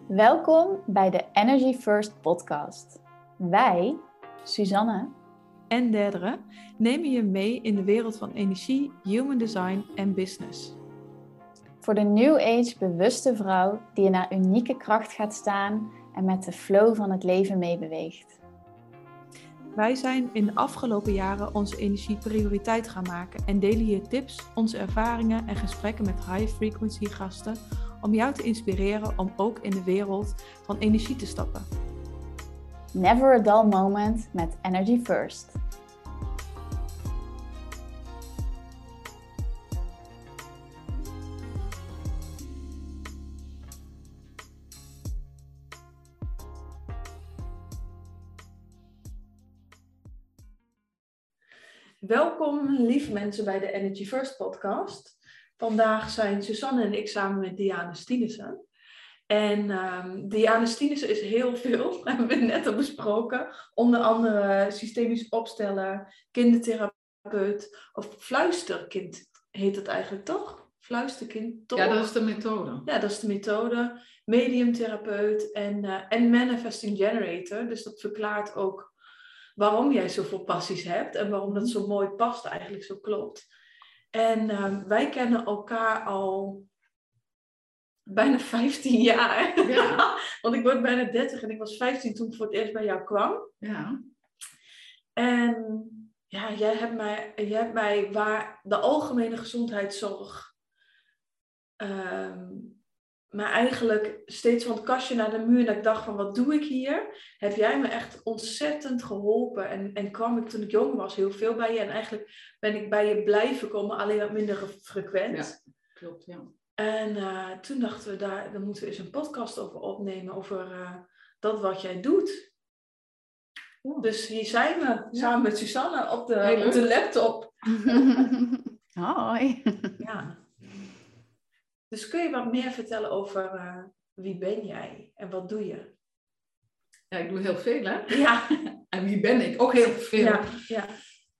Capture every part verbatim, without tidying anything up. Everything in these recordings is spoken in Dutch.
Welkom bij de Energy First podcast. Wij, Suzanne en Derdere, nemen je mee in de wereld van energie, human design en business. Voor de New Age bewuste vrouw die in haar unieke kracht gaat staan en met de flow van het leven meebeweegt. Wij zijn in de afgelopen jaren onze energie prioriteit gaan maken en delen hier tips, onze ervaringen en gesprekken met high-frequency gasten om jou te inspireren om ook in de wereld van energie te stappen. Never a dull moment met Energy First. Welkom lieve mensen bij de Energy First podcast. Vandaag zijn Suzanne en ik samen met Diane Stienissen. En um, Diane Stienissen is heel veel, dat hebben we net al besproken. Onder andere systemisch opsteller, kindertherapeut of fluisterkind heet het eigenlijk toch? Fluisterkind toch? Ja, dat is de methode. Ja, dat is de methode. Mediumtherapeut en, uh, en manifesting generator. Dus dat verklaart ook waarom jij zoveel passies hebt en waarom dat zo mooi past, eigenlijk zo klopt. En uh, wij kennen elkaar al bijna vijftien jaar. Ja. Want ik word bijna dertig en ik was vijftien toen ik voor het eerst bij jou kwam. Ja. En ja, jij hebt mij, jij hebt mij waar de algemene gezondheidszorg Um, maar eigenlijk steeds van het kastje naar de muur. Dat ik dacht van, wat doe ik hier? Heb jij me echt ontzettend geholpen. En, en kwam ik toen ik jong was heel veel bij je. En eigenlijk ben ik bij je blijven komen. Alleen wat minder frequent. Ja, klopt, ja. En uh, toen dachten we, daar, daar moeten we eens een podcast over opnemen. Over uh, dat wat jij doet. Oh. Dus hier zijn we. Ja. Samen met Suzanne op de, op de laptop. Hoi. Ja. Dus kun je wat meer vertellen over uh, wie ben jij en wat doe je? Ja, ik doe heel veel, hè? Ja. En wie ben ik? Ook heel veel. Ja, ja.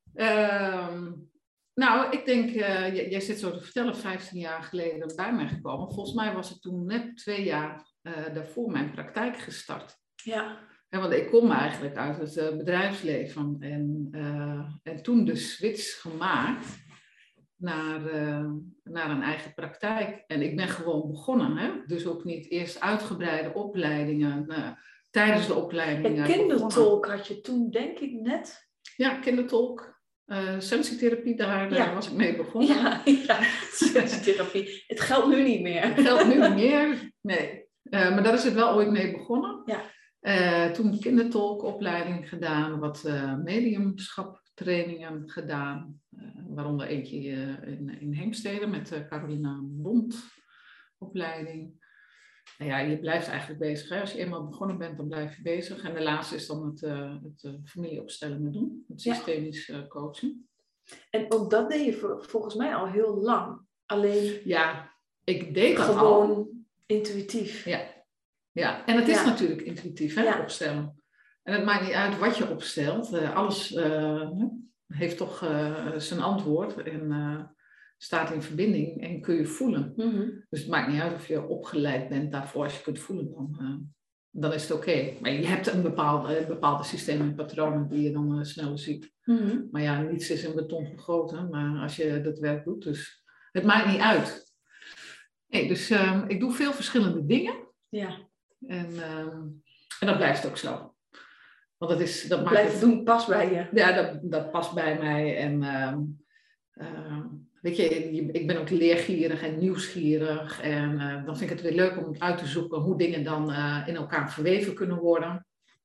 Um, nou, ik denk, uh, j- jij zit zo te vertellen, vijftien jaar geleden bij mij gekomen. Volgens mij was ik toen net twee jaar uh, daarvoor mijn praktijk gestart. Ja. Ja, want ik kom eigenlijk uit het uh, bedrijfsleven en, uh, en toen de switch gemaakt naar, uh, naar een eigen praktijk. En ik ben gewoon begonnen, hè? Dus ook niet eerst uitgebreide opleidingen, uh, tijdens de opleidingen. En kindertolk had je toen denk ik net? Ja, kindertolk, uh, sensitherapie, daar, daar ja. was ik mee begonnen. Ja, ja. Sensitherapie. Het geldt nu niet meer. Het geldt nu niet meer, nee. Uh, maar daar is het wel ooit mee begonnen. Ja. Uh, toen kindertolkopleiding gedaan, wat uh, mediumschap trainingen gedaan, uh, waaronder eentje uh, in, in Heemstede met de Carolina Bond opleiding. Nou ja, je blijft eigenlijk bezig. Hè? Als je eenmaal begonnen bent, dan blijf je bezig. En de laatste is dan het, uh, het uh, familieopstellingen doen, het systemisch uh, coachen. En ook dat deed je volgens mij al heel lang. Alleen ja, ik deed dat gewoon al. intuïtief. Ja, ja. En het is ja. natuurlijk intuïtief, hè, ja. opstellen. En het maakt niet uit wat je opstelt. Uh, alles uh, heeft toch uh, zijn antwoord en uh, staat in verbinding en kun je voelen. Mm-hmm. Dus het maakt niet uit of je opgeleid bent daarvoor. Als je kunt voelen, dan, uh, dan is het oké. Okay. Maar je hebt een bepaalde, uh, bepaalde systemen en patronen die je dan uh, sneller ziet. Mm-hmm. Maar ja, niets is in beton gegoten. Maar als je dat werk doet, dus het maakt niet uit. Nee, dus uh, ik doe veel verschillende dingen. Ja. En, uh, en dat blijft ook zo. Want dat is, dat maakt Blijven het, doen past bij je. Ja, dat, dat past bij mij. En uh, uh, weet je, ik ben ook leergierig en nieuwsgierig. En uh, dan vind ik het weer leuk om uit te zoeken hoe dingen dan uh, in elkaar verweven kunnen worden.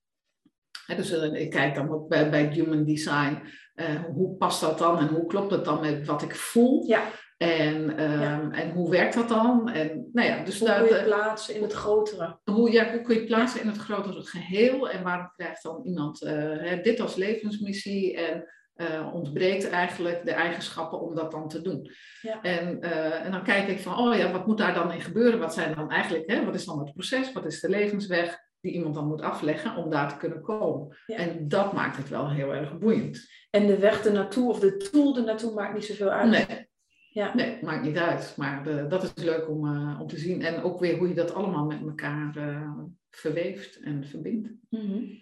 He, dus uh, ik kijk dan ook bij, bij Human Design. Uh, hoe past dat dan en hoe klopt dat dan met wat ik voel? Ja. En, uh, ja. en hoe werkt dat dan? En, nou ja, dus hoe daar, kun je het plaatsen in het grotere? Hoe, ja, hoe kun je het plaatsen in het grotere geheel? En waarom krijgt dan iemand uh, hè, dit als levensmissie? En uh, ontbreekt eigenlijk de eigenschappen om dat dan te doen? Ja. En, uh, en dan kijk ik van, oh ja, wat moet daar dan in gebeuren? Wat zijn dan eigenlijk, hè, wat is dan het proces? Wat is de levensweg die iemand dan moet afleggen om daar te kunnen komen? Ja. En dat maakt het wel heel erg boeiend. En de weg ernaartoe of de tool ernaartoe maakt niet zoveel uit? Nee. Ja. Nee, maakt niet uit. Maar de, dat is leuk om, uh, om te zien. En ook weer hoe je dat allemaal met elkaar uh, verweeft en verbindt. Mm-hmm.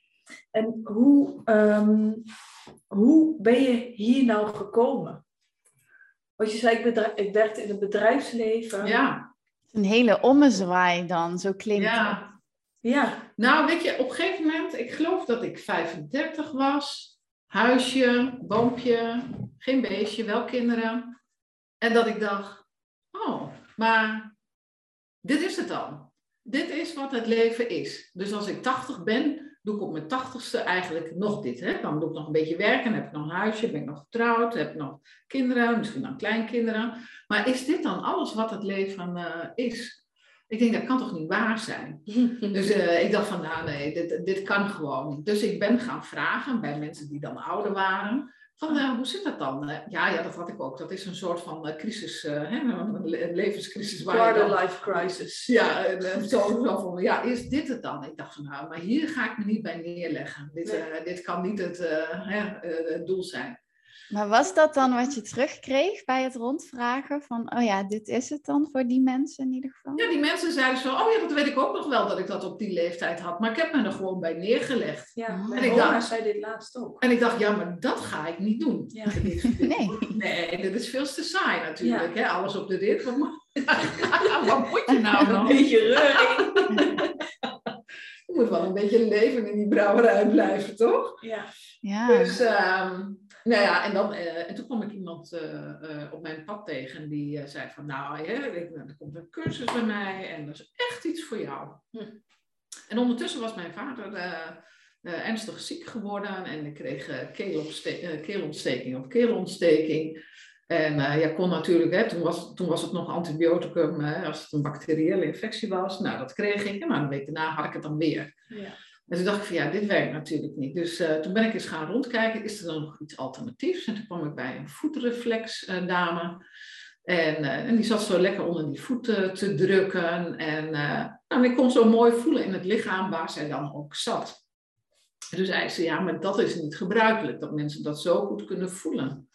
En hoe, um, hoe ben je hier nou gekomen? Want je zei, ik, bedrijf, ik werkte in het bedrijfsleven. Ja. Een hele ommezwaai dan, zo klinkt ja. het. Ja. Nou, weet je, op een gegeven moment, ik geloof dat ik vijfendertig was. Huisje, boompje, geen beestje, wel kinderen. En dat ik dacht, oh, maar dit is het dan. Dit is wat het leven is. Dus als ik tachtig ben, doe ik op mijn tachtigste eigenlijk nog dit. Hè? Dan doe ik nog een beetje werken, heb ik nog een huisje, ben ik nog getrouwd, heb ik nog kinderen, misschien dan kleinkinderen. Maar is dit dan alles wat het leven uh, is? Ik denk, dat kan toch niet waar zijn? Dus uh, ik dacht van, nou nee, dit, dit kan gewoon niet. Dus ik ben gaan vragen bij mensen die dan ouder waren. Van, uh, hoe zit dat dan? Uh, ja, ja, dat had ik ook. Dat is een soort van uh, crisis, uh, hè, een levenscrisis. Quarter life crisis. Ja, uh, zo, zo van, ja, is dit het dan? Ik dacht van, nou, maar hier ga ik me niet bij neerleggen. Dit, uh, dit kan niet het, uh, hè, uh, het doel zijn. Maar was dat dan wat je terugkreeg bij het rondvragen? Van, oh ja, dit is het dan voor die mensen in ieder geval? Ja, die mensen zeiden zo, oh ja, dat weet ik ook nog wel dat ik dat op die leeftijd had. Maar ik heb me er gewoon bij neergelegd. Ja, Oh. mijn oma zei dit laatst ook. En ik dacht, ja, maar dat ga ik niet doen. Ja. Nee. Nee, dit is veel te saai natuurlijk. Ja. Hè? Alles op de rit. Wat, wat moet je nou nog? Een beetje reuring. Je moet wel een beetje leven in die brouwerij blijven, toch? Ja. Ja. Dus, um, nou ja, en, dan, uh, en toen kwam ik iemand uh, uh, op mijn pad tegen die uh, zei van, nou, ja, ik, er komt een cursus bij mij en dat is echt iets voor jou. Hm. En ondertussen was mijn vader uh, uh, ernstig ziek geworden en ik kreeg uh, keelopste- uh, keelontsteking op keelontsteking. En uh, ja, kon natuurlijk, hè, toen, was, toen was het nog antibioticum, hè, als het een bacteriële infectie was. Nou, dat kreeg ik en maar een week daarna had ik het dan weer. Ja. En toen dacht ik van ja, dit werkt natuurlijk niet. Dus uh, toen ben ik eens gaan rondkijken, is er dan nog iets alternatiefs? En toen kwam ik bij een voetreflex uh, dame. En, uh, en die zat zo lekker onder die voeten te drukken. En uh, nou, ik kon zo mooi voelen in het lichaam waar zij dan ook zat. En toen zei ze, ja, maar dat is niet gebruikelijk, dat mensen dat zo goed kunnen voelen.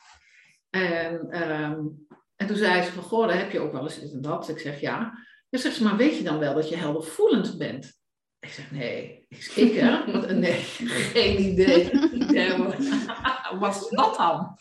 En, um, en toen zei ze van, goh, daar heb je ook wel eens dit en dat. Ik zeg, ja. Dan zegt ze, maar weet je dan wel dat je heldervoelend bent? Ik zeg, nee. Ik, hè? Wat, nee, geen idee. Ja, wat is dat dan?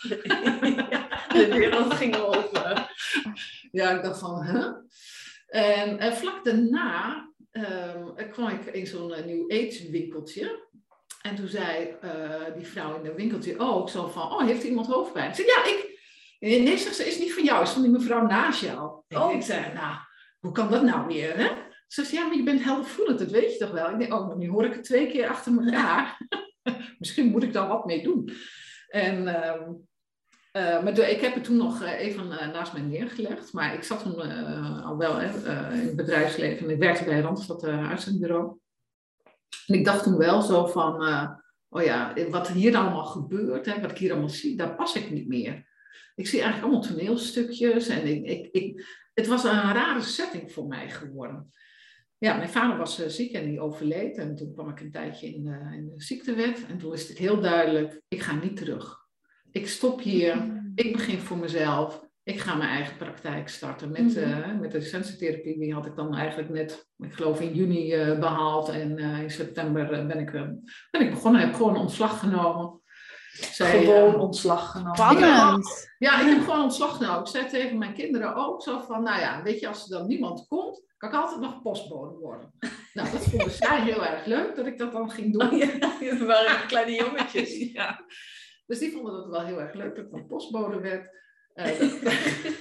De wereld ging open. Ja, ik dacht van, huh? En, en vlak daarna um, kwam ik in zo'n uh, New Age winkeltje. En toen zei uh, die vrouw in dat winkeltje ook zo van, oh, heeft iemand hoofdpijn? Ik zeg, ja, ik... Nee, zegt ze, is niet van jou, is van die mevrouw naast jou. Oh. Ik zei, nou, hoe kan dat nou weer, hè? Ze zei, ja, maar je bent heldervoelend, dat weet je toch wel? Ik denk, oh, maar nu hoor ik het twee keer achter elkaar. Misschien moet ik daar wat mee doen. En, uh, uh, maar ik heb het toen nog even uh, naast mij neergelegd. Maar ik zat toen uh, al wel hè, uh, in het bedrijfsleven. En ik werkte bij Randstad uh, uitzendbureau. En ik dacht toen wel zo van, uh, oh ja, wat hier allemaal gebeurt, hè, wat ik hier allemaal zie, daar pas ik niet meer. Ik zie eigenlijk allemaal toneelstukjes en ik, ik, ik, het was een rare setting voor mij geworden. Ja, mijn vader was uh, ziek en die overleed en toen kwam ik een tijdje in de, in de ziektewet en toen is het heel duidelijk, ik ga niet terug. Ik stop hier, ik begin voor mezelf, ik ga mijn eigen praktijk starten met, uh, met de essentietherapie. Die had ik dan eigenlijk net, ik geloof in juni uh, behaald en uh, in september uh, ben, ik, uh, ben ik begonnen, heb gewoon ontslag genomen. Zij, gewoon uh, ontslag genomen. Spannend. Ja, ik heb gewoon ontslag genomen. Ik zei tegen mijn kinderen ook zo van, nou ja, weet je, als er dan niemand komt, kan ik altijd nog postbode worden. Nou, dat vonden zij heel erg leuk, dat ik dat dan ging doen. Oh, ja, dat waren kleine jongetjes. Ja. Dus die vonden dat wel heel erg leuk dat ik dan postbode werd. Uh, dat...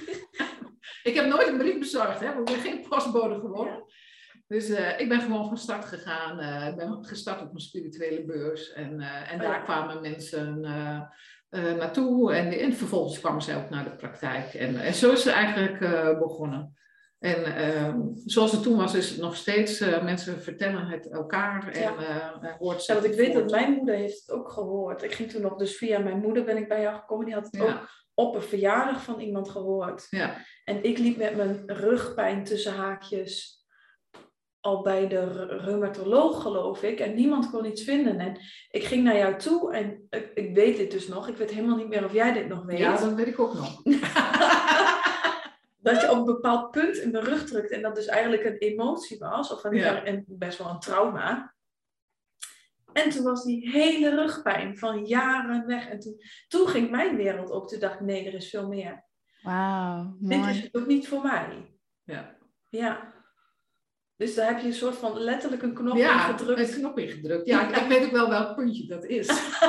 ik heb nooit een brief bezorgd, hè, want ik ben geen postbode geworden. Ja. Dus uh, ik ben gewoon van start gegaan. Uh, ik ben gestart op mijn spirituele beurs. En, uh, en daar ja. kwamen mensen uh, uh, naartoe. En, en vervolgens kwamen zij ook naar de praktijk. En, en zo is het eigenlijk uh, begonnen. En uh, zoals het toen was, is het nog steeds. Uh, mensen vertellen het elkaar. En, ja. uh, hoort ja, want ik weet dat mijn moeder heeft het ook gehoord. Ik ging toen nog, dus via mijn moeder ben ik bij jou gekomen. Die had het ja. ook op een verjaardag van iemand gehoord. Ja. En ik liep met mijn rugpijn tussen haakjes al bij de reumatoloog, geloof ik. En niemand kon iets vinden. En ik ging naar jou toe. En ik, ik weet dit dus nog. Ik weet helemaal niet meer of jij dit nog weet. Ja, dat weet ik ook nog. dat je op een bepaald punt in mijn rug drukt en dat dus eigenlijk een emotie was, of een, Ja. een, best wel een trauma. En toen was die hele rugpijn van jaren weg. En toen, toen ging mijn wereld op. Toen dacht ik, nee, er is veel meer. Wauw, Dit mooi. is ook niet voor mij. Ja. Ja. Dus daar heb je een soort van letterlijk een knop Ja, in gedrukt. een knop ingedrukt. Ja, ik, ik weet ook wel welk puntje dat is.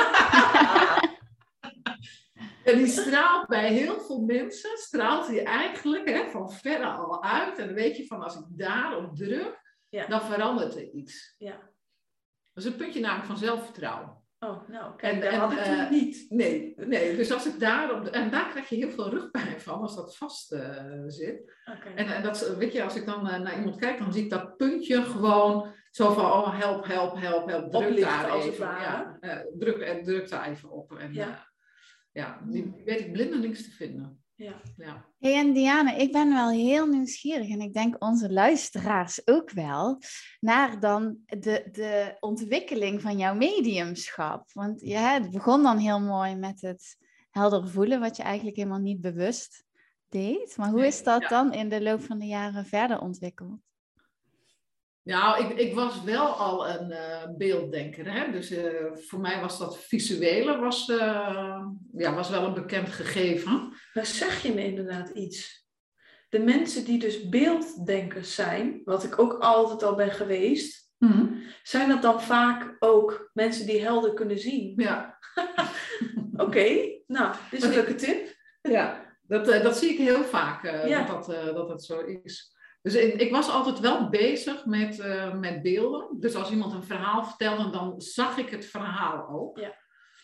En die straalt bij heel veel mensen, straalt die eigenlijk hè, van verre al uit. En dan weet je van, als ik daarop druk, Ja. dan verandert er iets. Ja. Dat is een puntje namelijk van zelfvertrouwen. Oh, nou, kijk, En- dat en, had ik toen eh, niet. Nee, nee, dus als ik daarop... En daar krijg je heel veel rugpijn van, als dat vast uh, zit. Okay. En, en dat, weet je, als ik dan uh, naar iemand kijk, dan zie ik dat puntje gewoon zo van, oh, help, help, help, help. Druk Oplichten, daar als het even, ware. ja, uh, druk, druk daar even op. En, Ja. uh, ja, die weet ik blindelings te vinden. Ja. Ja. Hey, en Diane, ik ben wel heel nieuwsgierig en ik denk onze luisteraars ook wel, naar dan de, de ontwikkeling van jouw mediumschap. Want ja, het begon dan heel mooi met het helder voelen, wat je eigenlijk helemaal niet bewust deed. Maar hoe Nee, is dat ja. dan in de loop van de jaren verder ontwikkeld? Nou, ik, ik was wel al een uh, beelddenker. Hè? Dus uh, voor mij was dat visuele was, uh, ja, was wel een bekend gegeven. Nou zeg je me inderdaad iets. De mensen die dus beelddenkers zijn, wat ik ook altijd al ben geweest, Mm-hmm. zijn dat dan vaak ook mensen die helder kunnen zien? Ja. Oké, okay. Nou, dit is een leuke tip. Ja, dat, uh, dat zie ik heel vaak, uh, Ja. dat, dat, uh, dat dat zo is. Dus ik, ik was altijd wel bezig met, uh, met beelden. Dus als iemand een verhaal vertelde, dan zag ik het verhaal ook. Ja.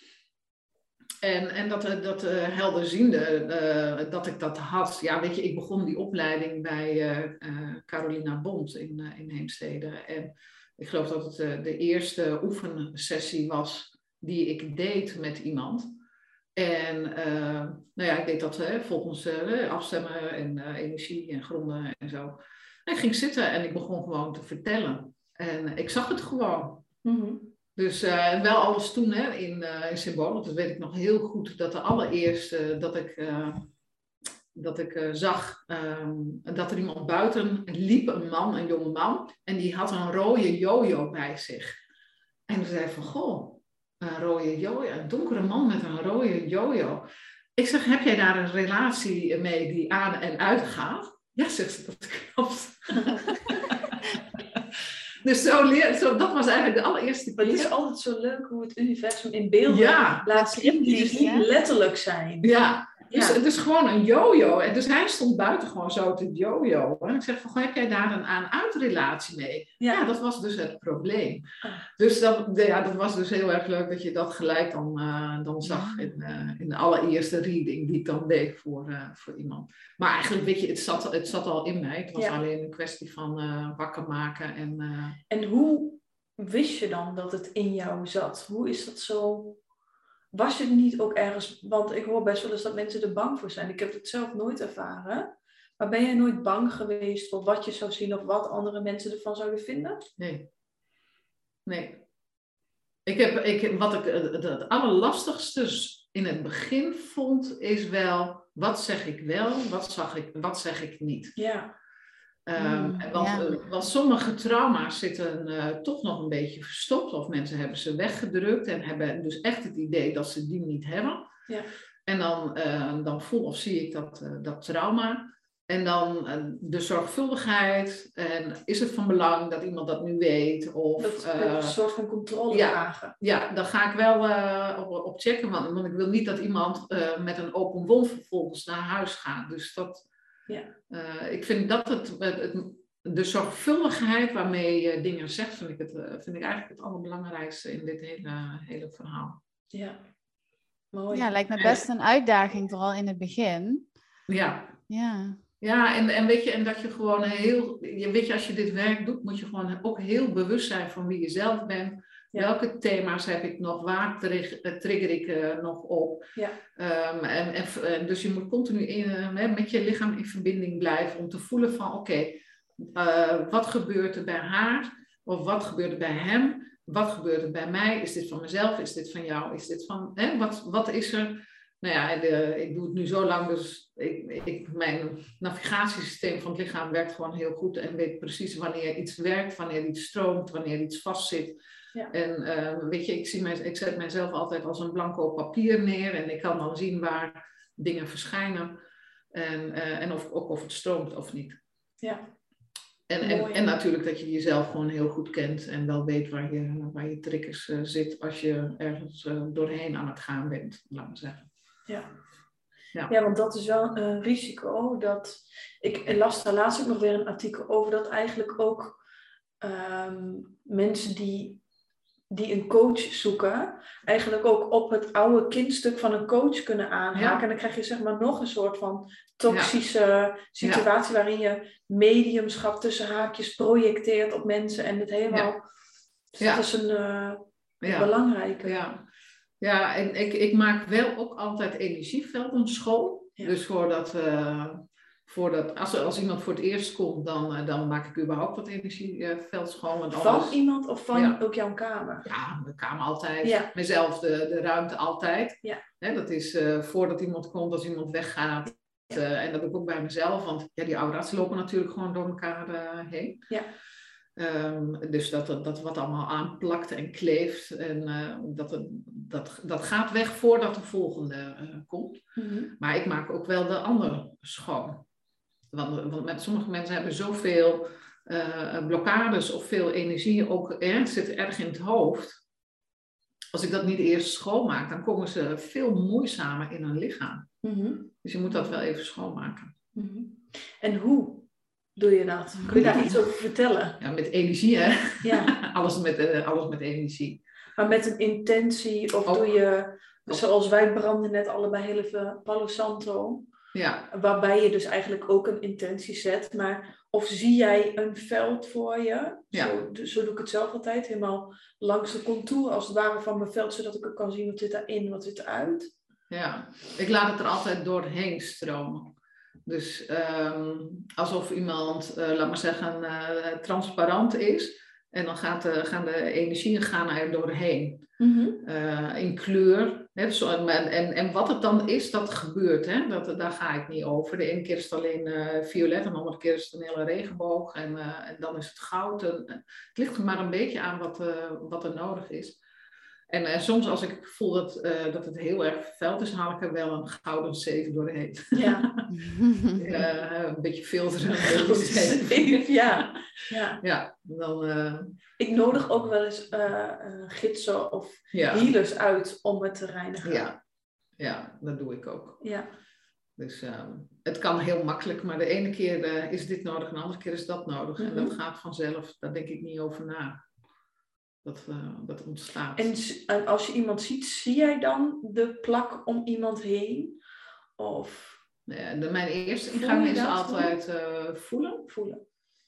En, en dat, dat uh, helderziende, uh, dat ik dat had. Ja, weet je, ik begon die opleiding bij uh, uh, Carolina Bond in, uh, in Heemstede. En ik geloof dat het uh, de eerste oefensessie was die ik deed met iemand. En uh, nou ja, ik deed dat uh, volgens uh, afstemmen en uh, energie en gronden en zo. En ik ging zitten en ik begon gewoon te vertellen. En ik zag het gewoon. Mm-hmm. Dus uh, wel alles toen hè, in, uh, in symbolen. Dat weet ik nog heel goed. Dat de allereerste dat ik, uh, dat ik uh, zag um, dat er iemand buiten liep, een man, een jonge man. En die had een rode jojo bij zich. En toen zei ik van, goh. Een rode jojo, een donkere man met een rode jojo. Ik zeg, heb jij daar een relatie mee die aan en uit gaat? Ja, zegt ze, dat klopt. Dus zo leer, zo, dat was eigenlijk de allereerste keer. Maar het is altijd zo leuk hoe het universum in beelden ja, laat zien, die dus niet letterlijk zijn. Ja, dus, ja. dus gewoon een jojo. En dus hij stond buiten gewoon zo te jojo. En ik zeg, van, heb jij daar een aan-uit relatie mee? Ja. ja, dat was dus het probleem. Ah. Dus dat, ja, dat was dus heel erg leuk dat je dat gelijk dan, uh, dan zag in, uh, in de allereerste reading die ik dan deed voor, uh, voor iemand. Maar eigenlijk, weet je, het zat, het zat al in mij. Het was ja. alleen een kwestie van uh, wakker maken. En, uh... en hoe wist je dan dat het in jou zat? Hoe is dat zo... Was je niet ook ergens, want ik hoor best wel eens dat mensen er bang voor zijn. Ik heb het zelf nooit ervaren. Maar ben jij nooit bang geweest voor wat je zou zien of wat andere mensen ervan zouden vinden? Nee. Nee. Ik heb, ik, wat ik het allerlastigste in het begin vond, is wel, wat zeg ik wel, wat, zag ik, wat zeg ik niet? Ja. Um, mm, want, ja. uh, want sommige trauma's zitten uh, toch nog een beetje verstopt. Of mensen hebben ze weggedrukt en hebben dus echt het idee dat ze die niet hebben. Ja. En dan, uh, dan voel of zie ik dat, uh, dat trauma. En dan uh, de zorgvuldigheid. En is het van belang dat iemand dat nu weet? Of, dat uh, een soort van controle ja, vragen. Ja, daar ga ik wel uh, op, op checken. Want, want ik wil niet dat iemand uh, met een open wond vervolgens naar huis gaat. Dus dat... Ja. Uh, ik vind dat het, het, het, de zorgvuldigheid waarmee je dingen zegt, vind ik, het, uh, vind ik eigenlijk het allerbelangrijkste in dit hele, hele verhaal. Ja, mooi. Ja, lijkt me best een uitdaging, vooral in het begin. Ja. Ja. Ja, en, en weet je, en dat je gewoon heel, weet je, als je dit werk doet, moet je gewoon ook heel bewust zijn van wie je zelf bent. Ja. Welke thema's heb ik nog? Waar trigger ik uh, nog op? Ja. Um, en, en, dus je moet continu in, uh, met je lichaam in verbinding blijven om te voelen van oké, okay, uh, wat gebeurt er bij haar? Of wat gebeurt er bij hem? Wat gebeurt er bij mij? Is dit van mezelf? Is dit van jou? Is dit van, hè? Wat, wat is er? nou ja, de, ik doe het nu zo lang, dus ik, ik, mijn navigatiesysteem van het lichaam werkt gewoon heel goed en weet precies wanneer iets werkt, wanneer iets stroomt, wanneer iets vastzit. Ja. En uh, weet je, ik, zie mij, ik zet mijzelf altijd als een blanco papier neer en ik kan dan zien waar dingen verschijnen en, uh, en of, ook of het stroomt of niet. Ja. En, en, en natuurlijk dat je jezelf gewoon heel goed kent en wel weet waar je, waar je triggers uh, zit als je ergens uh, doorheen aan het gaan bent, laat maar zeggen. Ja. Ja. Ja, want dat is wel een risico. Dat, ik las daar laatst ook nog weer een artikel over dat eigenlijk ook um, mensen die, die een coach zoeken, eigenlijk ook op het oude kindstuk van een coach kunnen aanhaken. Ja. En dan krijg je zeg maar nog een soort van toxische ja. situatie ja. waarin je mediumschap tussen haakjes projecteert op mensen en het helemaal... Ja. Dus ja. dat is een uh, ja. belangrijke. Ja. Ja, en ik, ik maak wel ook altijd energievelden schoon. Ja. Dus voordat, uh, voordat als, als iemand voor het eerst komt, dan, uh, dan maak ik überhaupt wat energieveld schoon. Want van anders, iemand of van ja. ook jouw kamer? Ja, mijn kamer altijd. Ja. Mezelf de, de ruimte altijd. Ja. Hè, dat is uh, voordat iemand komt, als iemand weggaat. Ja. Uh, en dat doe ik ook bij mezelf, want ja, die aura's lopen natuurlijk gewoon door elkaar uh, heen. Ja. Um, dus dat, dat, dat wat allemaal aanplakt en kleeft. En uh, dat, het, dat, dat gaat weg voordat de volgende uh, komt. Mm-hmm. Maar ik maak ook wel de andere schoon. Want, want met sommige mensen hebben zoveel uh, blokkades of veel energie ook eh, zit erg in het hoofd. Als ik dat niet eerst schoonmaak, dan komen ze veel moeizamer in hun lichaam. Mm-hmm. Dus je moet dat wel even schoonmaken. Mm-hmm. En hoe doe je dat? Kun je daar iets over vertellen? Ja, met energie, hè? Ja. alles, met, uh, alles met energie. Maar met een intentie, of ook, doe je, zoals wij branden net allebei heel even Palo Santo. Ja. Waarbij je dus eigenlijk ook een intentie zet. Maar of zie jij een veld voor je? Ja. Zo, zo doe ik het zelf altijd. Helemaal langs de contour als het ware van mijn veld. Zodat ik ook kan zien wat zit erin, wat zit eruit. Ja, ik laat het er altijd doorheen stromen. Dus um, alsof iemand, uh, laat maar zeggen, uh, transparant is. En dan gaat de, gaan de energieën gaan er doorheen. Mm-hmm. Uh, in kleur. Hè, zo, en, en, en wat het dan is, dat gebeurt. Hè, dat, daar ga ik niet over. De ene keer is het alleen uh, violet. En de andere keer is het een hele regenboog. En, uh, en dan is het goud. En, uh, het ligt er maar een beetje aan wat, uh, wat er nodig is. En uh, soms als ik voel dat, uh, dat het heel erg vervuild is, haal ik er wel een gouden zeven doorheen. Ja. uh, een beetje filteren. ja. Ja. Ja, dan... Uh... Ik nodig ook wel eens uh, uh, gidsen of ja. healers uit om het te reinigen. Ja. Ja, dat doe ik ook. Ja. Dus uh, het kan heel makkelijk, maar de ene keer uh, is dit nodig en de andere keer is dat nodig. Mm-hmm. En dat gaat vanzelf, daar denk ik niet over na. Dat, uh, dat ontstaat. En, en als je iemand ziet, zie jij dan de plak om iemand heen? Of... Ja, de, mijn eerste ingang is altijd uh, voelen. voelen.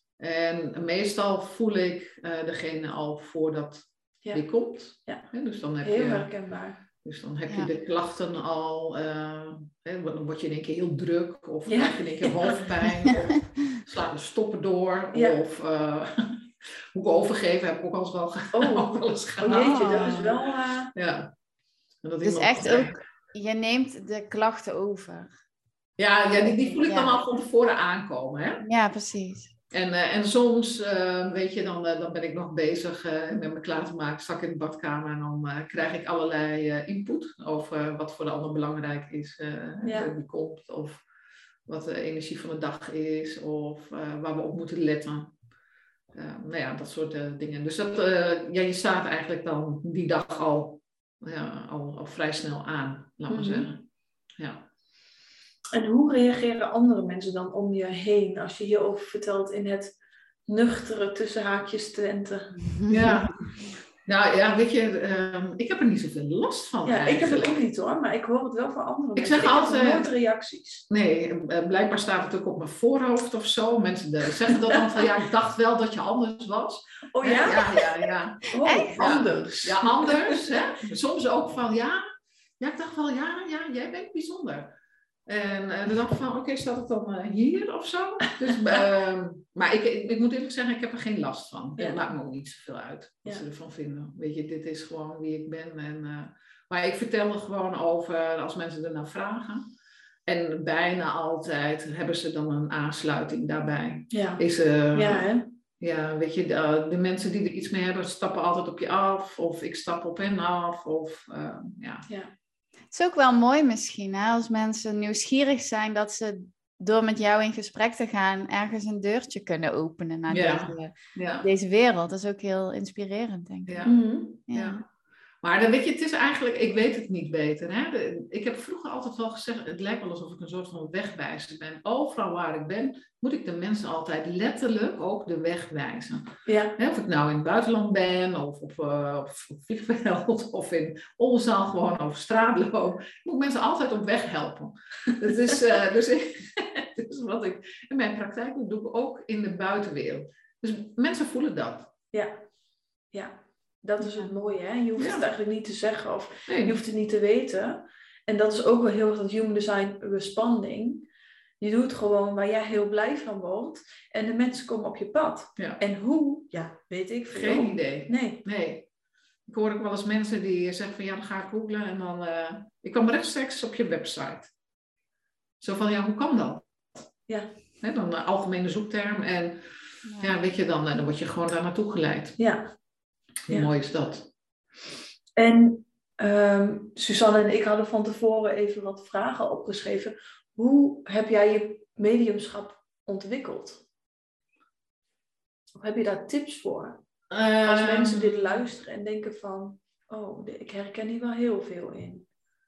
En meestal voel ik uh, degene al voordat ja. die komt. Ja. Ja, dus dan heb heel je, herkenbaar. Dus dan heb ja. je de klachten al, uh, hè, dan word je in één keer heel druk. Of ja. krijg je in één keer hoofdpijn. Of slaan de stoppen door. Ja. Of... Uh, Hoe ik overgeven heb ik ook al eens wel gedaan. Oh, wel eens gedaan. Oh jeetje, dat is wel... Uh... Ja. En dat dus echt ook, ook, je neemt de klachten over. Ja, ja die, die voel ik ja. dan al van tevoren aankomen. Hè? Ja, precies. En, uh, en soms, uh, weet je, dan, uh, dan ben ik nog bezig uh, met me klaar te maken, stak in de badkamer. En dan uh, krijg ik allerlei uh, input over uh, wat voor de ander belangrijk is. Uh, ja. Die komt, of wat de energie van de dag is, of uh, waar we op moeten letten. Uh, nou ja, dat soort uh, dingen. Dus dat, uh, ja, je staat eigenlijk dan die dag al, ja, al, al vrij snel aan, laat maar mm-hmm. zeggen. Ja. En hoe reageren andere mensen dan om je heen als je hierover vertelt in het nuchtere tussen haakjes Twente? Ja, nou ja, weet je, um, ik heb er niet zoveel last van. Ja, eigenlijk. Ik heb het ook niet hoor, maar ik hoor het wel van andere ik mensen. Zeg ik altijd, heb nooit reacties. Nee, blijkbaar staat het ook op mijn voorhoofd of zo. Mensen zeggen dat dan van, ja, ik dacht wel dat je anders was. Oh ja? Ja, ja, ja. Oh, ja. anders. Ja, anders. Hè? Soms ook van, ja, ja, ik dacht wel, ja, ja, jij bent bijzonder. En uh, dan dacht ik van, oké, okay, staat het dan uh, hier of zo? Dus, uh, maar ik, ik, ik moet eerlijk zeggen, ik heb er geen last van. Ja. Het maakt me ook niet zoveel uit wat ja. ze ervan vinden. Weet je, dit is gewoon wie ik ben. En uh, Maar ik vertel er gewoon over als mensen er naar vragen. En bijna altijd hebben ze dan een aansluiting daarbij. Ja, Is, uh, ja hè? Ja, weet je, de, de mensen die er iets mee hebben, stappen altijd op je af. Of ik stap op hen af. Of, uh, ja. Ja. Het is ook wel mooi misschien, hè, als mensen nieuwsgierig zijn, dat ze door met jou in gesprek te gaan ergens een deurtje kunnen openen naar Ja. deze, Ja. deze wereld. Dat is ook heel inspirerend, denk ik. Ja. Mm-hmm. Ja. Ja. Maar dan weet je, het is eigenlijk, ik weet het niet beter. Hè? De, ik heb vroeger altijd wel gezegd, het lijkt wel alsof ik een soort van wegwijzer ben. Overal waar ik ben, moet ik de mensen altijd letterlijk ook de weg wijzen. Ja. Hè, of ik nou in het buitenland ben, of op, uh, op het vliegveld, of in Oldenzaal gewoon over straat loop. Ik moet mensen altijd op weg helpen. Dat is, uh, dus, ik, dus wat ik in mijn praktijk doe, doe ik ook in de buitenwereld. Dus mensen voelen dat. Ja. Ja. Dat is het mooie, hè? Je hoeft Ja. het eigenlijk niet te zeggen of Nee. je hoeft het niet te weten. En dat is ook wel heel erg dat human design responding. Je doet gewoon waar jij heel blij van wordt. En de mensen komen op je pad. Ja. En hoe? Ja, weet ik veel. Geen idee. Nee. Nee. Ik hoor ook wel eens mensen die zeggen van ja, dan ga ik googlen en dan... Uh, ik kwam rechtstreeks op je website. Zo van ja, hoe kan dat? Ja. He, dan een algemene zoekterm en ja, ja weet je, dan, dan word je gewoon daar naartoe geleid. Ja. Hoe Ja. mooi is dat? En um, Suzanne en ik hadden van tevoren even wat vragen opgeschreven. Hoe heb jij je mediumschap ontwikkeld? Of heb je daar tips voor? Um, Als mensen dit luisteren en denken van, oh, ik herken hier wel heel veel in.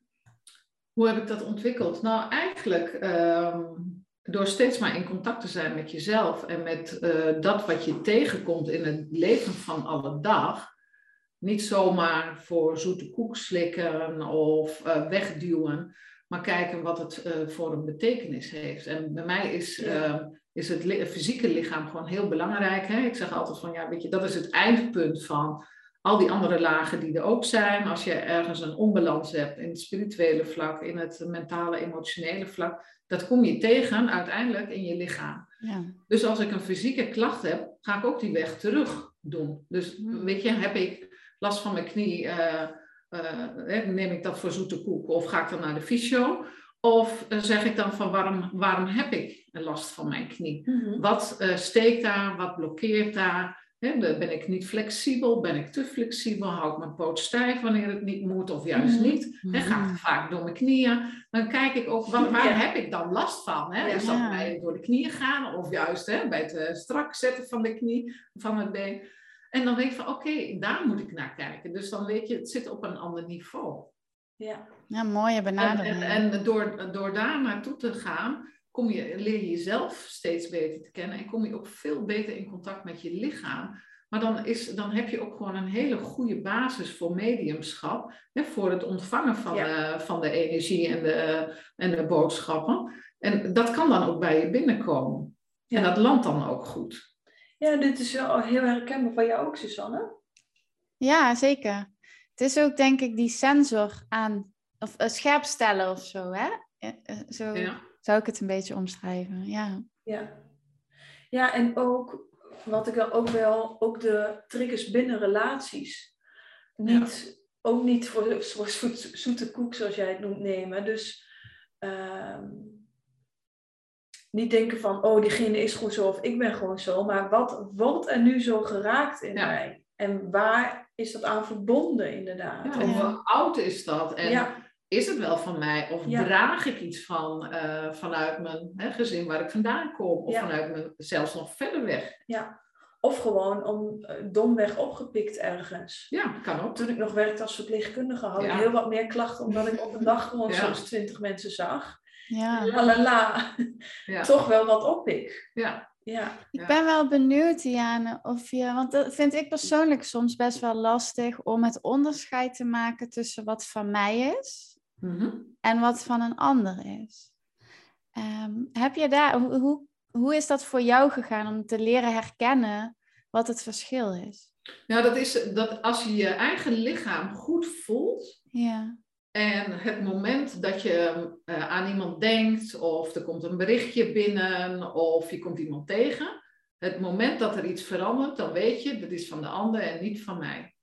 Hoe heb ik dat ontwikkeld? Nou, eigenlijk um, door steeds maar in contact te zijn met jezelf en met uh, dat wat je tegenkomt in het leven van alle dag. Niet zomaar voor zoete koek slikken of uh, wegduwen, maar kijken wat het uh, voor een betekenis heeft. En bij mij is, uh, is het li- fysieke lichaam gewoon heel belangrijk. Hè? Ik zeg altijd van, ja, weet je, dat is het eindpunt van al die andere lagen die er ook zijn. Als je ergens een onbalans hebt in het spirituele vlak, in het mentale, emotionele vlak, dat kom je tegen uiteindelijk in je lichaam. Ja. Dus als ik een fysieke klacht heb, ga ik ook die weg terug doen. Dus weet je, heb ik last van mijn knie, uh, uh, neem ik dat voor zoete koek of ga ik dan naar de fysio? Of uh, zeg ik dan van waarom, waarom heb ik last van mijn knie? Mm-hmm. Wat uh, steekt daar, wat blokkeert daar? He, ben ik niet flexibel? Ben ik te flexibel? Hou ik mijn poot stijf wanneer het niet moet of juist Mm-hmm. niet? He, ga ik vaak door mijn knieën? Dan kijk ik ook, waar, waar Ja. heb ik dan last van? He? Is dat Ja. bij door de knieën gaan of juist he, bij het uh, strak zetten van de knie, van het been? En dan weet ik van oké, okay, daar moet ik naar kijken. Dus dan weet je, het zit op een ander niveau. Ja, Ja, mooie benadering. En, en, en door, door daar naartoe te gaan, kom je, leer je jezelf steeds beter te kennen. En kom je ook veel beter in contact met je lichaam. Maar dan, is, dan heb je ook gewoon een hele goede basis voor mediumschap. Hè, voor het ontvangen van, ja. de, van de energie en de, en de boodschappen. En dat kan dan ook bij je binnenkomen. Ja. En dat landt dan ook goed. Ja, dit is wel heel herkenbaar van jou ook, Suzanne. Ja, zeker. Het is ook denk ik die sensor aan, of uh, scherp stellen of zo, hè? Uh, zo ja. Zou ik het een beetje omschrijven, ja. Ja, ja en ook, wat ik ook wel, ook de triggers binnen relaties. Niet, ja. Ook niet voor, voor zoete koek, zoals jij het noemt, nemen. Dus uh, niet denken van, oh, diegene is gewoon zo of ik ben gewoon zo. Maar wat wordt er nu zo geraakt in ja. mij? En waar is dat aan verbonden, inderdaad? Ja, en hoe oud is dat? En ja. is het wel van mij? Of ja. draag ik iets van uh, vanuit mijn hè, gezin waar ik vandaan kom? Of ja. vanuit mijn, zelfs nog verder weg? Ja. Of gewoon om uh, domweg opgepikt ergens. Ja, kan ook. Toen ik nog werkte als verpleegkundige had ik ja. heel wat meer klachten, omdat ik op een dag gewoon ja. soms twintig mensen zag. Ja. Lalala. Ja. Toch wel wat oppik. Ja. Ja. Ik ben wel benieuwd, Diane, of je, want dat vind ik persoonlijk soms best wel lastig om het onderscheid te maken tussen wat van mij is mm-hmm. en wat van een ander is. Um, heb je daar, hoe, hoe, hoe is dat voor jou gegaan om te leren herkennen wat het verschil is? Nou, dat is dat als je je eigen lichaam goed voelt. Ja. En het moment dat je uh, aan iemand denkt, of er komt een berichtje binnen, of je komt iemand tegen. Het moment dat er iets verandert, dan weet je, dat is van de ander en niet van mij.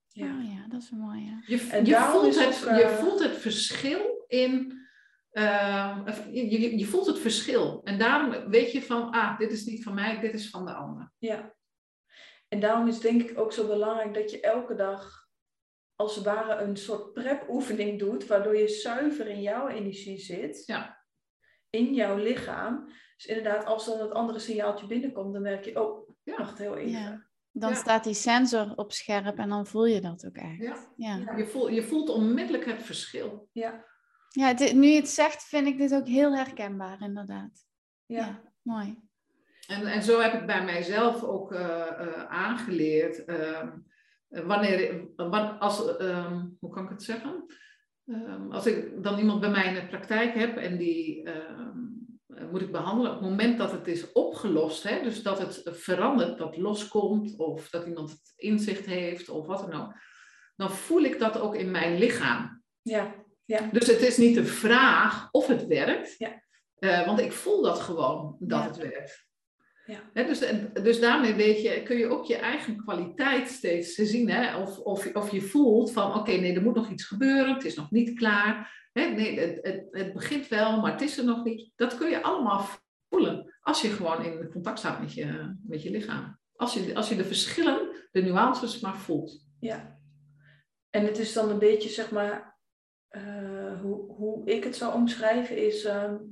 Ja. Oh ja, dat is een mooie. Je, En je, daarom voelt is het, ook, uh... je voelt het verschil in... Uh, je, je, je voelt het verschil. En daarom weet je van, ah, dit is niet van mij, dit is van de ander. Ja. En daarom is denk ik ook zo belangrijk dat je elke dag als het ware een soort prep-oefening doet, waardoor je zuiver in jouw energie zit. Ja. In jouw lichaam. Dus inderdaad, als dan het andere signaaltje binnenkomt, dan merk je, oh, ja. wacht heel even. Ja. Dan ja. staat die sensor op scherp en dan voel je dat ook echt. Ja. Ja. Ja. Je, voelt, je voelt onmiddellijk het verschil. Ja. Ja, dit, nu je het zegt, vind ik dit ook heel herkenbaar, inderdaad. Ja. Ja, mooi. En, en zo heb ik bij mijzelf ook uh, uh, aangeleerd, uh, wanneer, wanneer als, uh, hoe kan ik het zeggen? Uh, als ik dan iemand bij mij in de praktijk heb en die uh, moet ik behandelen, op het moment dat het is opgelost, hè, dus dat het verandert, dat loskomt of dat iemand het inzicht heeft of wat dan ook, dan voel ik dat ook in mijn lichaam. Ja. Ja. Dus het is niet de vraag of het werkt, ja. uh, want ik voel dat gewoon dat ja. het werkt. Ja. He, dus, dus daarmee weet je, kun je ook je eigen kwaliteit steeds zien. Hè? Of, of, of je voelt van, oké, okay, nee, er moet nog iets gebeuren, het is nog niet klaar. He, nee, het, het, het begint wel, maar het is er nog niet. Dat kun je allemaal voelen als je gewoon in contact staat met je, met je lichaam. Als je, als je de verschillen, de nuances maar voelt. Ja. En het is dan een beetje, zeg maar, uh, hoe, hoe ik het zou omschrijven is... Um,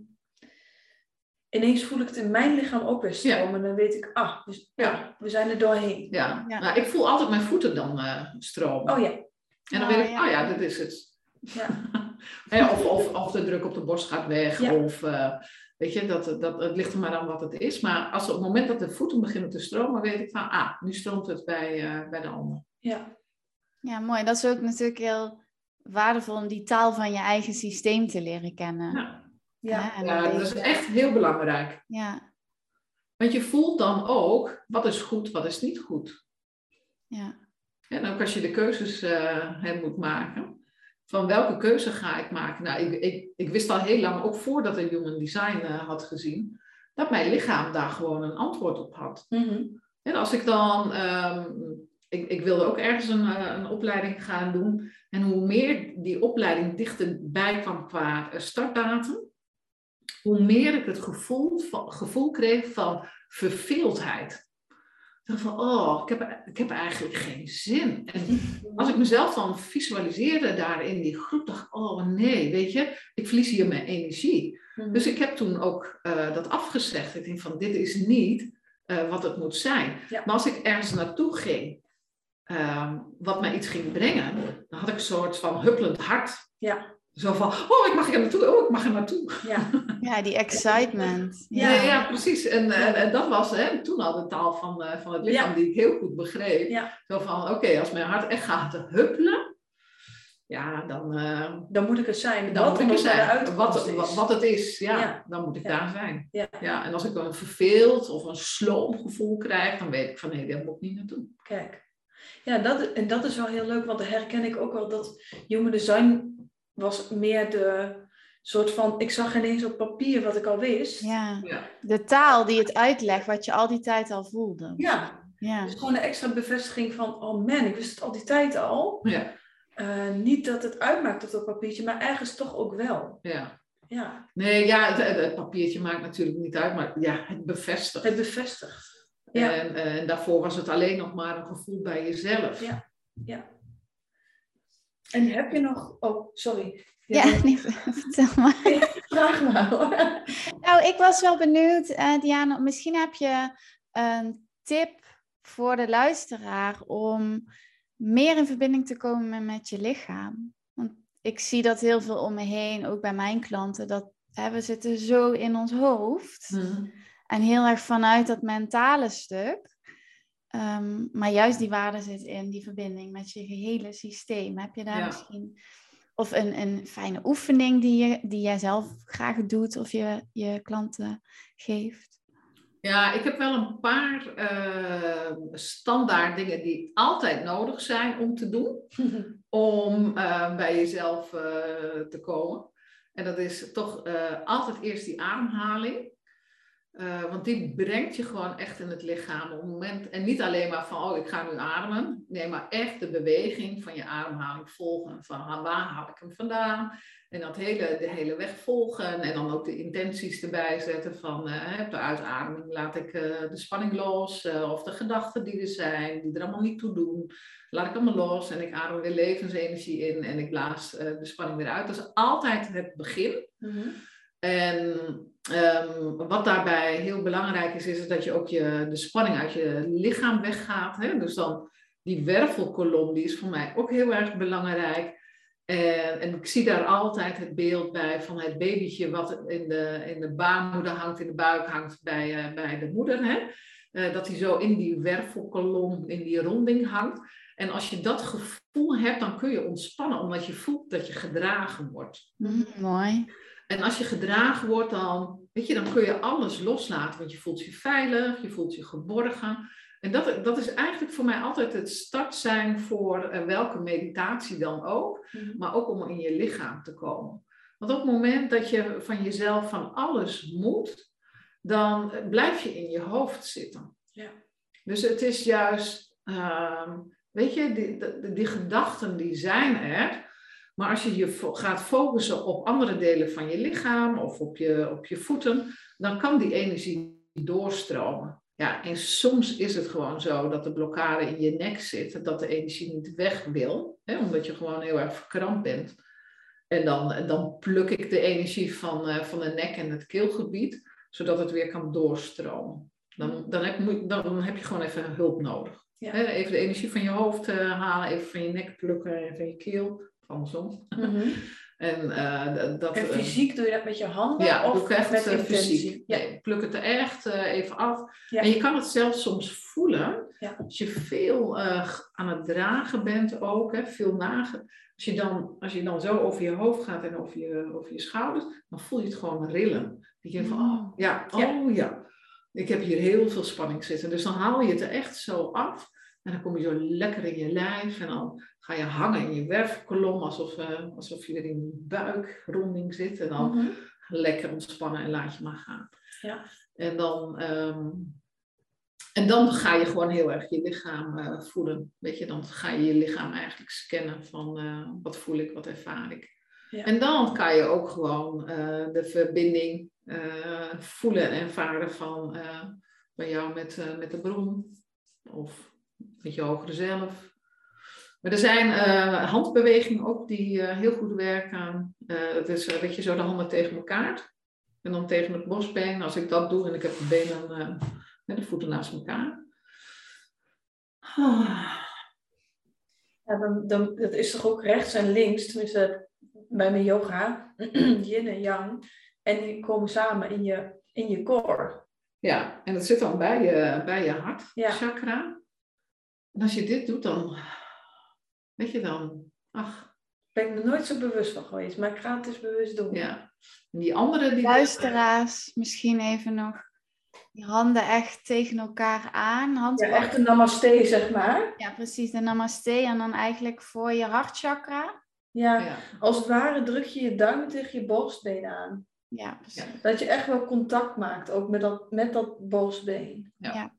ineens voel ik het in mijn lichaam ook weer stromen. Ja. En dan weet ik, ah, dus, ja. Ja, we zijn er doorheen. Ja, ja. Nou, ik voel altijd mijn voeten dan uh, stromen. Oh ja. En dan oh, weet ik, ja. oh ja, dit is het. Ja. ja, of, of, of de druk op de borst gaat weg. Ja. Of, uh, weet je, dat, dat, het ligt er maar aan wat het is. Maar als op het moment dat de voeten beginnen te stromen, weet ik van, ah, nu stroomt het bij, uh, bij de ander. Ja. Ja, mooi. Dat is ook natuurlijk heel waardevol om die taal van je eigen systeem te leren kennen. Ja. Ja, ja, ja dat is echt heel belangrijk. Ja. Want je voelt dan ook, wat is goed, wat is niet goed. Ja. En ook als je de keuzes uh, moet maken, van welke keuze ga ik maken? Nou, ik, ik, ik wist al heel lang, ook voordat ik Human Design uh, had gezien, dat mijn lichaam daar gewoon een antwoord op had. Mm-hmm. En als ik dan, um, ik, ik wilde ook ergens een, uh, een opleiding gaan doen, en hoe meer die opleiding dichterbij kwam qua uh, startdatum, hoe meer ik het gevoel, van, gevoel kreeg van verveeldheid. Ik dacht van, oh, ik heb, ik heb eigenlijk geen zin. En als ik mezelf dan visualiseerde daar in die groep, dacht ik, oh nee, weet je, ik verlies hier mijn energie. Mm-hmm. Dus ik heb toen ook uh, dat afgezegd. Ik denk van, dit is niet uh, wat het moet zijn. Ja. Maar als ik ergens naartoe ging, uh, wat mij iets ging brengen, dan had ik een soort van huppelend hart. Ja. Zo van, oh, ik mag er naartoe, oh, ik mag er naartoe. Ja, ja die excitement. Ja, ja, ja precies. En, en, en dat was hè, toen al de taal van, uh, van het lichaam ja. die ik heel goed begreep. Ja. Zo van, oké, okay, als mijn hart echt gaat te huppelen, ja, dan... Uh, dan moet ik het zijn. Dan wat moet ik er zijn. Wat, wat, wat het is, ja, ja. dan moet ik ja. daar zijn. Ja. Ja, en als ik een verveeld of een sloomgevoel krijg, dan weet ik van, nee, daar moet ik niet naartoe. Kijk. Ja, dat, en dat is wel heel leuk, want daar herken ik ook wel dat Human Design was meer de soort van, ik zag ineens op papier wat ik al wist. Ja, ja. De taal die het uitlegt wat je al die tijd al voelde. Ja, ja. Dus gewoon een extra bevestiging van, oh man, ik wist het al die tijd al. Ja. Uh, niet dat het uitmaakt op dat papiertje, maar ergens toch ook wel. Ja. Ja. Nee, ja, het, het papiertje maakt natuurlijk niet uit, maar ja, het bevestigt. Het bevestigt. Ja. En, en daarvoor was het alleen nog maar een gevoel bij jezelf. Ja, ja. En heb je nog... Oh, sorry. Ja, ja nee, vertel maar. Vraag maar hoor. Nou, ik was wel benieuwd, uh, Diana, misschien heb je een tip voor de luisteraar om meer in verbinding te komen met je lichaam. Want ik zie dat heel veel om me heen, ook bij mijn klanten, dat hè, we zitten zo in ons hoofd. Mm. En heel erg vanuit dat mentale stuk. Um, maar juist die waarde zit in die verbinding met je gehele systeem. Heb je daar ja. misschien... Of een, een fijne oefening die, je, die jij zelf graag doet of je, je klanten geeft? Ja, ik heb wel een paar uh, standaard dingen die altijd nodig zijn om te doen. om uh, bij jezelf uh, te komen. En dat is toch uh, altijd eerst die ademhaling. Uh, want die brengt je gewoon echt in het lichaam op het moment. En niet alleen maar van, oh, ik ga nu ademen. Nee, maar echt de beweging van je ademhaling volgen. Van, waar haal ik hem vandaan? En dat hele, de hele weg volgen. En dan ook de intenties erbij zetten van, uh, de uitademing laat ik uh, de spanning los. Uh, of de gedachten die er zijn, die er allemaal niet toe doen. Laat ik allemaal los. En ik adem weer levensenergie in. En ik blaas uh, de spanning weer uit. Dat is altijd het begin. Mm-hmm. En um, wat daarbij heel belangrijk is, is dat je ook je, de spanning uit je lichaam weggaat. Hè? Dus dan die wervelkolom, die is voor mij ook heel erg belangrijk. En, en ik zie daar altijd het beeld bij van het babytje wat in de, in de baarmoeder hangt, in de buik hangt bij, uh, bij de moeder. Hè? Uh, dat hij zo in die wervelkolom, in die ronding hangt. En als je dat gevoel hebt, dan kun je ontspannen, omdat je voelt dat je gedragen wordt. Mm, mooi. En als je gedragen wordt, dan, weet je, dan kun je alles loslaten. Want je voelt je veilig, je voelt je geborgen. En dat, dat is eigenlijk voor mij altijd het start zijn voor uh, welke meditatie dan ook. Mm-hmm. Maar ook om in je lichaam te komen. Want op het moment dat je van jezelf van alles moet, dan blijf je in je hoofd zitten. Ja. Dus het is juist, uh, weet je, die, die, die gedachten die zijn er. Maar als je je gaat focussen op andere delen van je lichaam of op je, op je voeten, dan kan die energie doorstromen. Ja, en soms is het gewoon zo dat de blokkade in je nek zit, dat de energie niet weg wil, hè, omdat je gewoon heel erg verkrampt bent. En dan, dan pluk ik de energie van, uh, van de nek en het keelgebied, zodat het weer kan doorstromen. Dan, dan, heb, dan heb je gewoon even hulp nodig. Ja. Hè, even de energie van je hoofd uh, halen, even van je nek plukken en van je keel. Andersom. Mm-hmm. En, uh, dat, en fysiek doe je dat met je handen? Ja, of doe ik echt met uh, fysiek. Ja. Nee, pluk het er echt uh, even af. Ja. En je kan het zelfs soms voelen. Ja. Als je veel uh, aan het dragen bent ook. Hè, veel nagen. Als je, dan, als je dan zo over je hoofd gaat en over je, over je schouders. Dan voel je het gewoon rillen. Dat je van, oh ja, oh ja. ja. Ik heb hier heel veel spanning zitten. Dus dan haal je het er echt zo af. En dan kom je zo lekker in je lijf. En dan ga je hangen in je wervelkolom. Alsof, uh, alsof je er in je buikronding zit. En dan mm-hmm. lekker ontspannen en laat je maar gaan. Ja. En, dan, um, en dan ga je gewoon heel erg je lichaam uh, voelen. Weet je, dan ga je je lichaam eigenlijk scannen. Van uh, wat voel ik, wat ervaar ik. Ja. En dan kan je ook gewoon uh, de verbinding uh, voelen en ervaren van, uh, van jou met, uh, met de bron. Of met je hogere zelf. Maar er zijn uh, handbewegingen ook die uh, heel goed werken. Uh, dat is, uh, weet je, zo de handen tegen elkaar. En dan tegen het borstbeen. Als ik dat doe en ik heb de benen, uh, met de voeten naast elkaar. Oh. Ja, dan, dan, dat is toch ook rechts en links, tenminste bij mijn yoga, yin en yang. En die komen samen in je, in je core. Ja, en dat zit dan bij je, bij je hartchakra. Ja. En als je dit doet, dan, weet je dan, ach. Ben ik me nooit zo bewust van geweest, maar ik ga het dus bewust doen. Ja. En die andere die... Luisteraars, misschien even nog, die handen echt tegen elkaar aan. Ja, echt een namaste, zeg maar. Ja, precies, de namaste. En dan eigenlijk voor je hartchakra. Ja, ja, als het ware druk je je duim tegen je borstbeen aan. Ja, precies. Ja. Dat je echt wel contact maakt, ook met dat, met dat borstbeen. Ja. ja.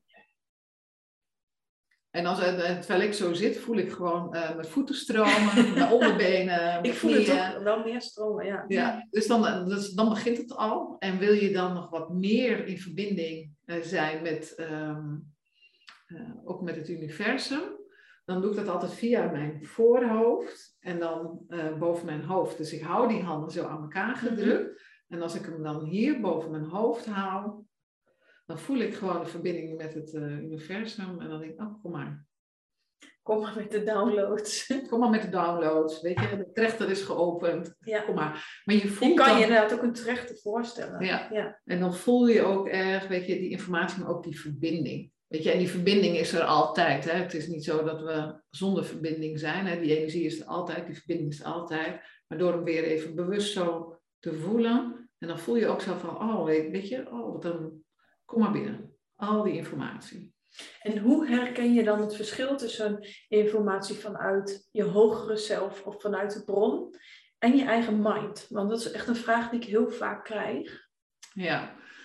En als, terwijl ik zo zit, voel ik gewoon uh, mijn voeten stromen, mijn onderbenen. Ik voel het ook wel meer stromen, ja. ja dus, dan, dus dan begint het al. En wil je dan nog wat meer in verbinding uh, zijn met, um, uh, ook met het universum, dan doe ik dat altijd via mijn voorhoofd en dan uh, boven mijn hoofd. Dus ik hou die handen zo aan elkaar gedrukt. Mm-hmm. En als ik hem dan hier boven mijn hoofd hou, dan voel ik gewoon de verbinding met het uh, universum. En dan denk ik, oh, kom maar. Kom maar met de downloads. Kom maar met de downloads. Weet je, de trechter is geopend. Ja. Kom maar. Maar je voelt je kan dan... je inderdaad ook een trechter voorstellen. Ja. ja. En dan voel je ook erg, weet je, die informatie, maar ook die verbinding. Weet je, en die verbinding is er altijd. Hè? Het is niet zo dat we zonder verbinding zijn. Hè? Die energie is er altijd, die verbinding is er altijd. Maar door hem weer even bewust zo te voelen. En dan voel je ook zo van, oh, weet je, oh, wat een... Kom maar binnen. Al die informatie. En hoe herken je dan het verschil tussen informatie vanuit je hogere zelf of vanuit de bron en je eigen mind? Want dat is echt een vraag die ik heel vaak krijg. Ja.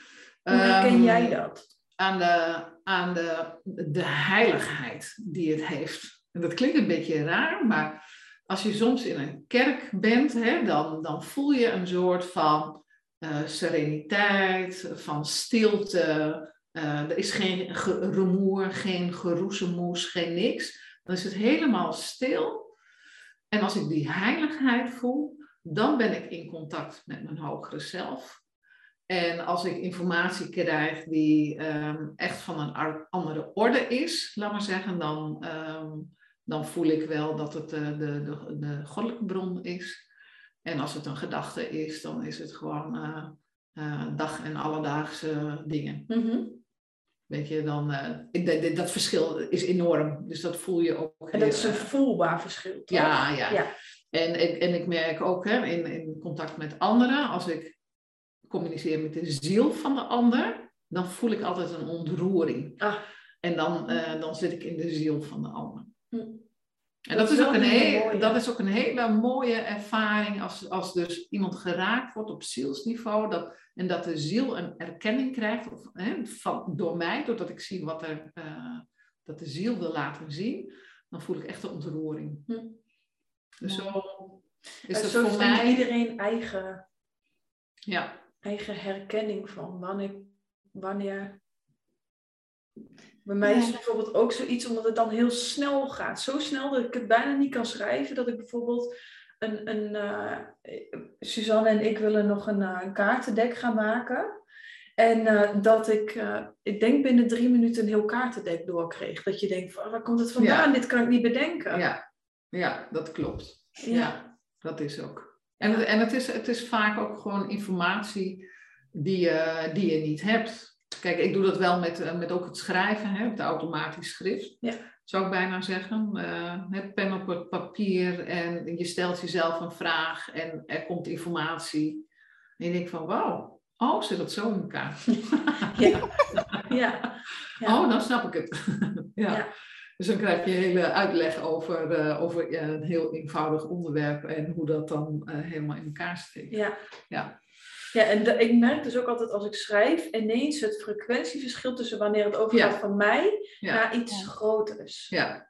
Hoe herken Um, jij dat? Aan, de, aan de, de heiligheid die het heeft. En dat klinkt een beetje raar, maar als je soms in een kerk bent, hè, dan, dan voel je een soort van uh, sereniteit, van stilte. Uh, er is geen rumoer, geen geroezemoes, geen niks. Dan is het helemaal stil. En als ik die heiligheid voel, dan ben ik in contact met mijn hogere zelf. En als ik informatie krijg die um, echt van een andere orde is, laat maar zeggen, dan, um, dan voel ik wel dat het uh, de, de, de goddelijke bron is. En als het een gedachte is, dan is het gewoon uh, uh, dag- en alledaagse dingen. Mm-hmm. Weet je, dan, uh, ik, dat verschil is enorm. Dus dat voel je ook. En dat is een voelbaar verschil, toch? Ja, ja. ja. En, ik, en ik merk ook hè, in, in contact met anderen, als ik communiceer met de ziel van de ander, dan voel ik altijd een ontroering. Ah. En dan, uh, dan zit ik in de ziel van de ander. Hm. En dat, dat, is ook een heel, dat is ook een hele mooie ervaring als, als dus iemand geraakt wordt op zielsniveau. Dat, en dat de ziel een erkenning krijgt of, hè, van, door mij, doordat ik zie wat er, uh, dat de ziel wil laten zien. Dan voel ik echt een ontroering. Hm. Dus ja. zo is en dat zo voor mij... iedereen eigen, ja. eigen herkenning van wanneer... wanneer... Bij mij is het bijvoorbeeld ook zoiets, omdat het dan heel snel gaat. Zo snel dat ik het bijna niet kan schrijven. Dat ik bijvoorbeeld een... een uh, Suzanne en ik willen nog een, uh, een kaartendek gaan maken. En uh, dat ik, uh, ik denk binnen drie minuten een heel kaartendek doorkreeg. Dat je denkt, van, waar komt het vandaan? Ja. Dit kan ik niet bedenken. Ja, ja dat klopt. Ja, ja dat is ook. En, het, en het, is, het is vaak ook gewoon informatie die je, die je niet hebt. Kijk, ik doe dat wel met, met ook het schrijven, hè, het automatisch schrift. Ja. Zou ik bijna zeggen. Uh, het pen op het papier en je stelt jezelf een vraag en er komt informatie. En je denkt van, wauw, oh, zit dat zo in elkaar? Ja. Ja. Ja. Oh, dan snap ik het. ja. Ja. Dus dan krijg je een hele uitleg over, uh, over ja, een heel eenvoudig onderwerp en hoe dat dan uh, helemaal in elkaar steekt. Ja. Ja. Ja, en de, ik merk dus ook altijd als ik schrijf, ineens het frequentieverschil tussen wanneer het overgaat ja. van mij ja. naar iets ja. groters. Ja.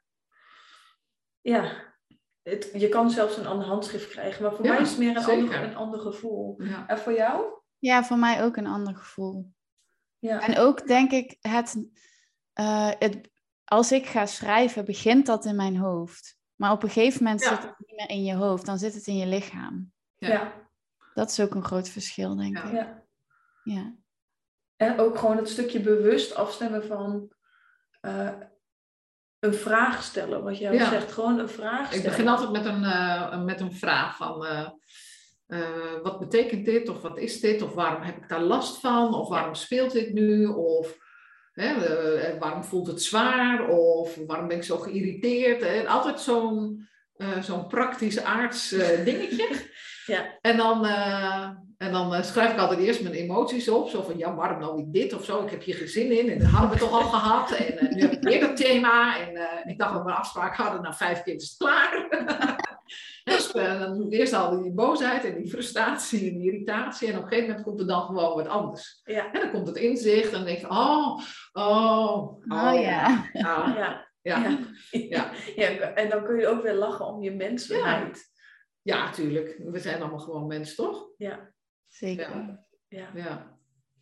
Ja. Het, je kan zelfs een ander handschrift krijgen, maar voor ja, mij is het meer een ander, een ander gevoel. Ja. En voor jou? Ja, voor mij ook een ander gevoel. Ja. En ook denk ik, het, uh, het, als ik ga schrijven, begint dat in mijn hoofd. Maar op een gegeven moment ja. zit het niet meer in je hoofd, dan zit het in je lichaam. Ja. ja. Dat is ook een groot verschil, denk ja. ik. Ja. ja. En ook gewoon het stukje bewust afstemmen van uh, een vraag stellen. Wat jij ja. zegt, gewoon een vraag stellen. Ik begin altijd met een, uh, met een vraag van... Uh, uh, wat betekent dit? Of wat is dit? Of waarom heb ik daar last van? Of waarom ja. speelt dit nu? Of hè, uh, waarom voelt het zwaar? Of waarom ben ik zo geïrriteerd? Hè? Altijd zo'n, uh, zo'n praktisch aards uh, dingetje. Ja. En dan, uh, en dan uh, schrijf ik altijd eerst mijn emoties op. Zo van, ja, waarom nou niet dit of zo? Ik heb hier geen zin in. En dat hadden we toch al gehad. En uh, nu heb ik weer dat thema. En uh, ik dacht dat we een afspraak hadden. Nou, vijf keer is het klaar. Dus uh, dan moet eerst al die boosheid en die frustratie en die irritatie. En op een gegeven moment komt er dan gewoon wat anders. Ja. En dan komt het inzicht. En dan denk je, oh, oh, oh, oh ja. Ja. Ja. Ja. Ja. Ja. Ja. En dan kun je ook weer lachen om je menselijkheid. Ja. Ja, tuurlijk. We zijn allemaal gewoon mens, toch? Ja. Zeker. Ja. Ja. Ja.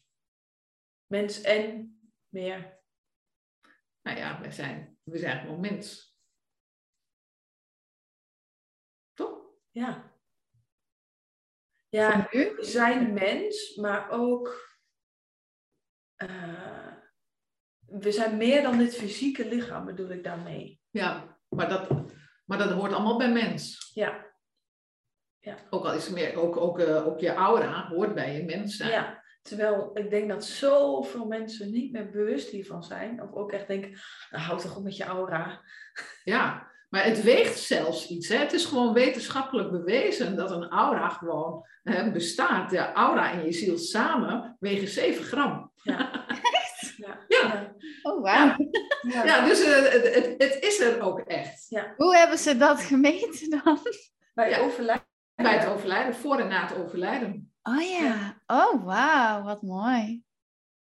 Mens en meer. Nou ja, we zijn, we zijn gewoon mens. Toch? Ja. Ja, we zijn mens, maar ook... Uh, we zijn meer dan dit fysieke lichaam, bedoel ik daarmee. Ja, maar dat, maar dat hoort allemaal bij mens. Ja. Ja. Ook al is het meer, ook, ook, uh, ook je aura hoort bij je mens zijn. Ja, terwijl ik denk dat zoveel mensen niet meer bewust hiervan zijn. Of ook echt denken, nou houd toch op met je aura. Ja, maar het weegt zelfs iets. Hè? Het is gewoon wetenschappelijk bewezen dat een aura gewoon hè, bestaat. De aura en je ziel samen wegen zeven gram. Ja. Echt? Ja. Ja. Oh, wauw. Ja, ja dus uh, het, het, het is er ook echt. Ja. Hoe hebben ze dat gemeten dan? Bij ja. overlijden. Bij het overlijden, voor en na het overlijden. Oh ja. Oh, wauw. Wat mooi.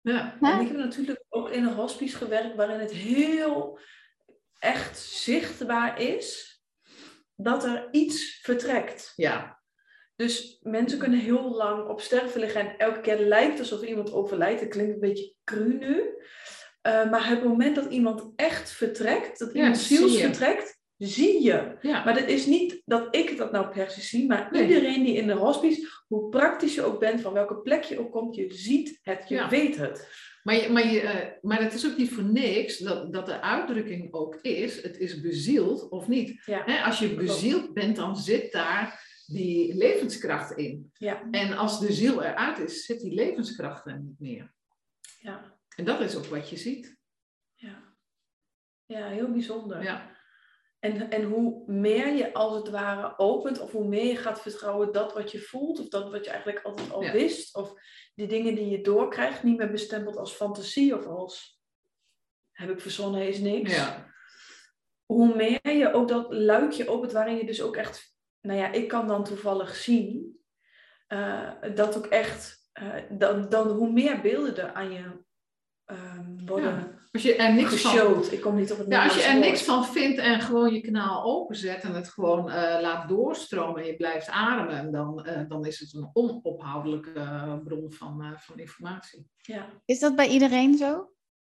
Ja. En ik heb natuurlijk ook in een hospice gewerkt waarin het heel echt zichtbaar is dat er iets vertrekt. Ja. Dus mensen kunnen heel lang op sterven liggen en elke keer lijkt het alsof iemand overlijdt. Dat klinkt een beetje cru nu. Uh, maar het moment dat iemand echt vertrekt, dat iemand ja, ziels vertrekt, zie je. Ja. Maar dat is niet dat ik dat nou per se zie, maar nee. iedereen die in de hospice, hoe praktisch je ook bent, van welke plek je ook komt, je ziet het, je ja. weet het. Maar, je, maar, je, uh, maar het is ook niet voor niks dat, dat de uitdrukking ook is, het is bezield of niet. Ja. Hè, als je bezield bent, dan zit daar die levenskracht in. Ja. En als de ziel eruit is, zit die levenskracht er niet meer. Ja. En dat is ook wat je ziet. Ja, ja heel bijzonder. Ja. En, en hoe meer je als het ware opent, of hoe meer je gaat vertrouwen dat wat je voelt, of dat wat je eigenlijk altijd al ja. wist, of die dingen die je doorkrijgt, niet meer bestempeld als fantasie of als heb ik verzonnen is niks. Ja. Hoe meer je ook dat luikje opent waarin je dus ook echt, nou ja, ik kan dan toevallig zien, uh, dat ook echt, uh, dan, dan hoe meer beelden er aan je um, worden ja. Als je er niks geshowd. van, ik kom niet op het ja, als je er woord. niks van vindt en gewoon je kanaal openzet en het gewoon uh, laat doorstromen en je blijft ademen, dan, uh, dan is het een onophoudelijke uh, bron van, uh, van informatie. Ja. Is dat bij iedereen zo?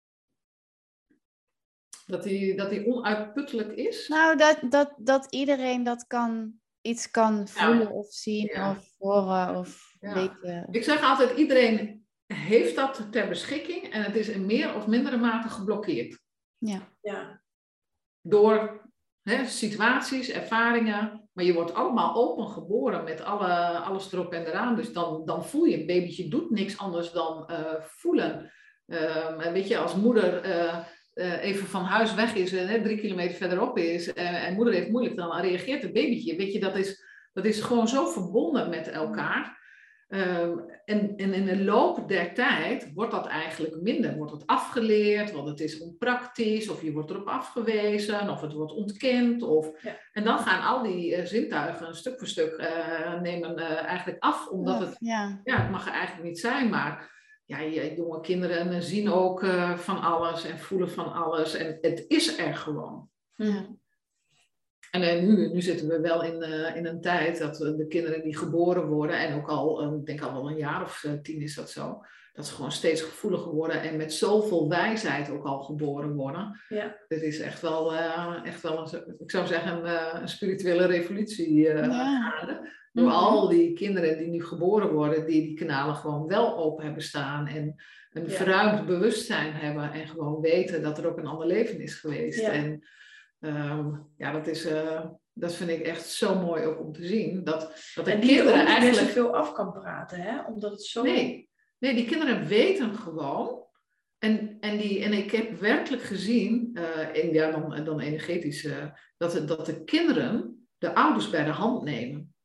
Dat die, dat die onuitputtelijk is? Nou, dat, dat, dat iedereen dat kan, iets kan voelen ja. of zien ja. of horen of ja. weten. Ik zeg altijd, iedereen heeft dat ter beschikking en het is in meer of mindere mate geblokkeerd. Ja. Ja. Door hè, situaties, ervaringen, maar je wordt allemaal open geboren met alle, alles erop en eraan. Dus dan, dan voel je, een babytje doet niks anders dan uh, voelen. Uh, weet je, als moeder uh, uh, even van huis weg is en uh, drie kilometer verderop is uh, en moeder heeft moeilijk, dan reageert het babytje. Weet je, dat is, dat is gewoon zo verbonden met elkaar. Um, en, en in de loop der tijd wordt dat eigenlijk minder. Wordt het afgeleerd, want het is onpraktisch, of je wordt erop afgewezen, of het wordt ontkend. Of... Ja. En dan gaan al die uh, zintuigen stuk voor stuk uh, nemen uh, eigenlijk af, omdat het, ja. Ja, het mag er eigenlijk niet zijn. Maar ja, je, jonge kinderen zien ook uh, van alles en voelen van alles. En het is er gewoon. Ja. En uh, nu, nu zitten we wel in, uh, in een tijd dat uh, de kinderen die geboren worden, en ook al, uh, ik denk al wel een jaar of uh, tien is dat zo, dat ze gewoon steeds gevoeliger worden en met zoveel wijsheid ook al geboren worden. Ja. Dit is echt wel, uh, echt wel een, ik zou zeggen, een, uh, een spirituele revolutie uh, ja. gaande. Door mm-hmm. al die kinderen die nu geboren worden, die die kanalen gewoon wel open hebben staan en een ja. verruimd bewustzijn hebben en gewoon weten dat er ook een ander leven is geweest. Ja. En, Um, ja, dat, is, uh, dat vind ik echt zo mooi ook om te zien. Dat, dat de en die kinderen ook eigenlijk niet zoveel af kan praten, hè? Omdat het zo... Nee, nee, die kinderen weten gewoon. En, en, die, en ik heb werkelijk gezien, uh, in, ja, dan, dan energetisch, uh, dat, de, dat de kinderen de ouders bij de hand nemen.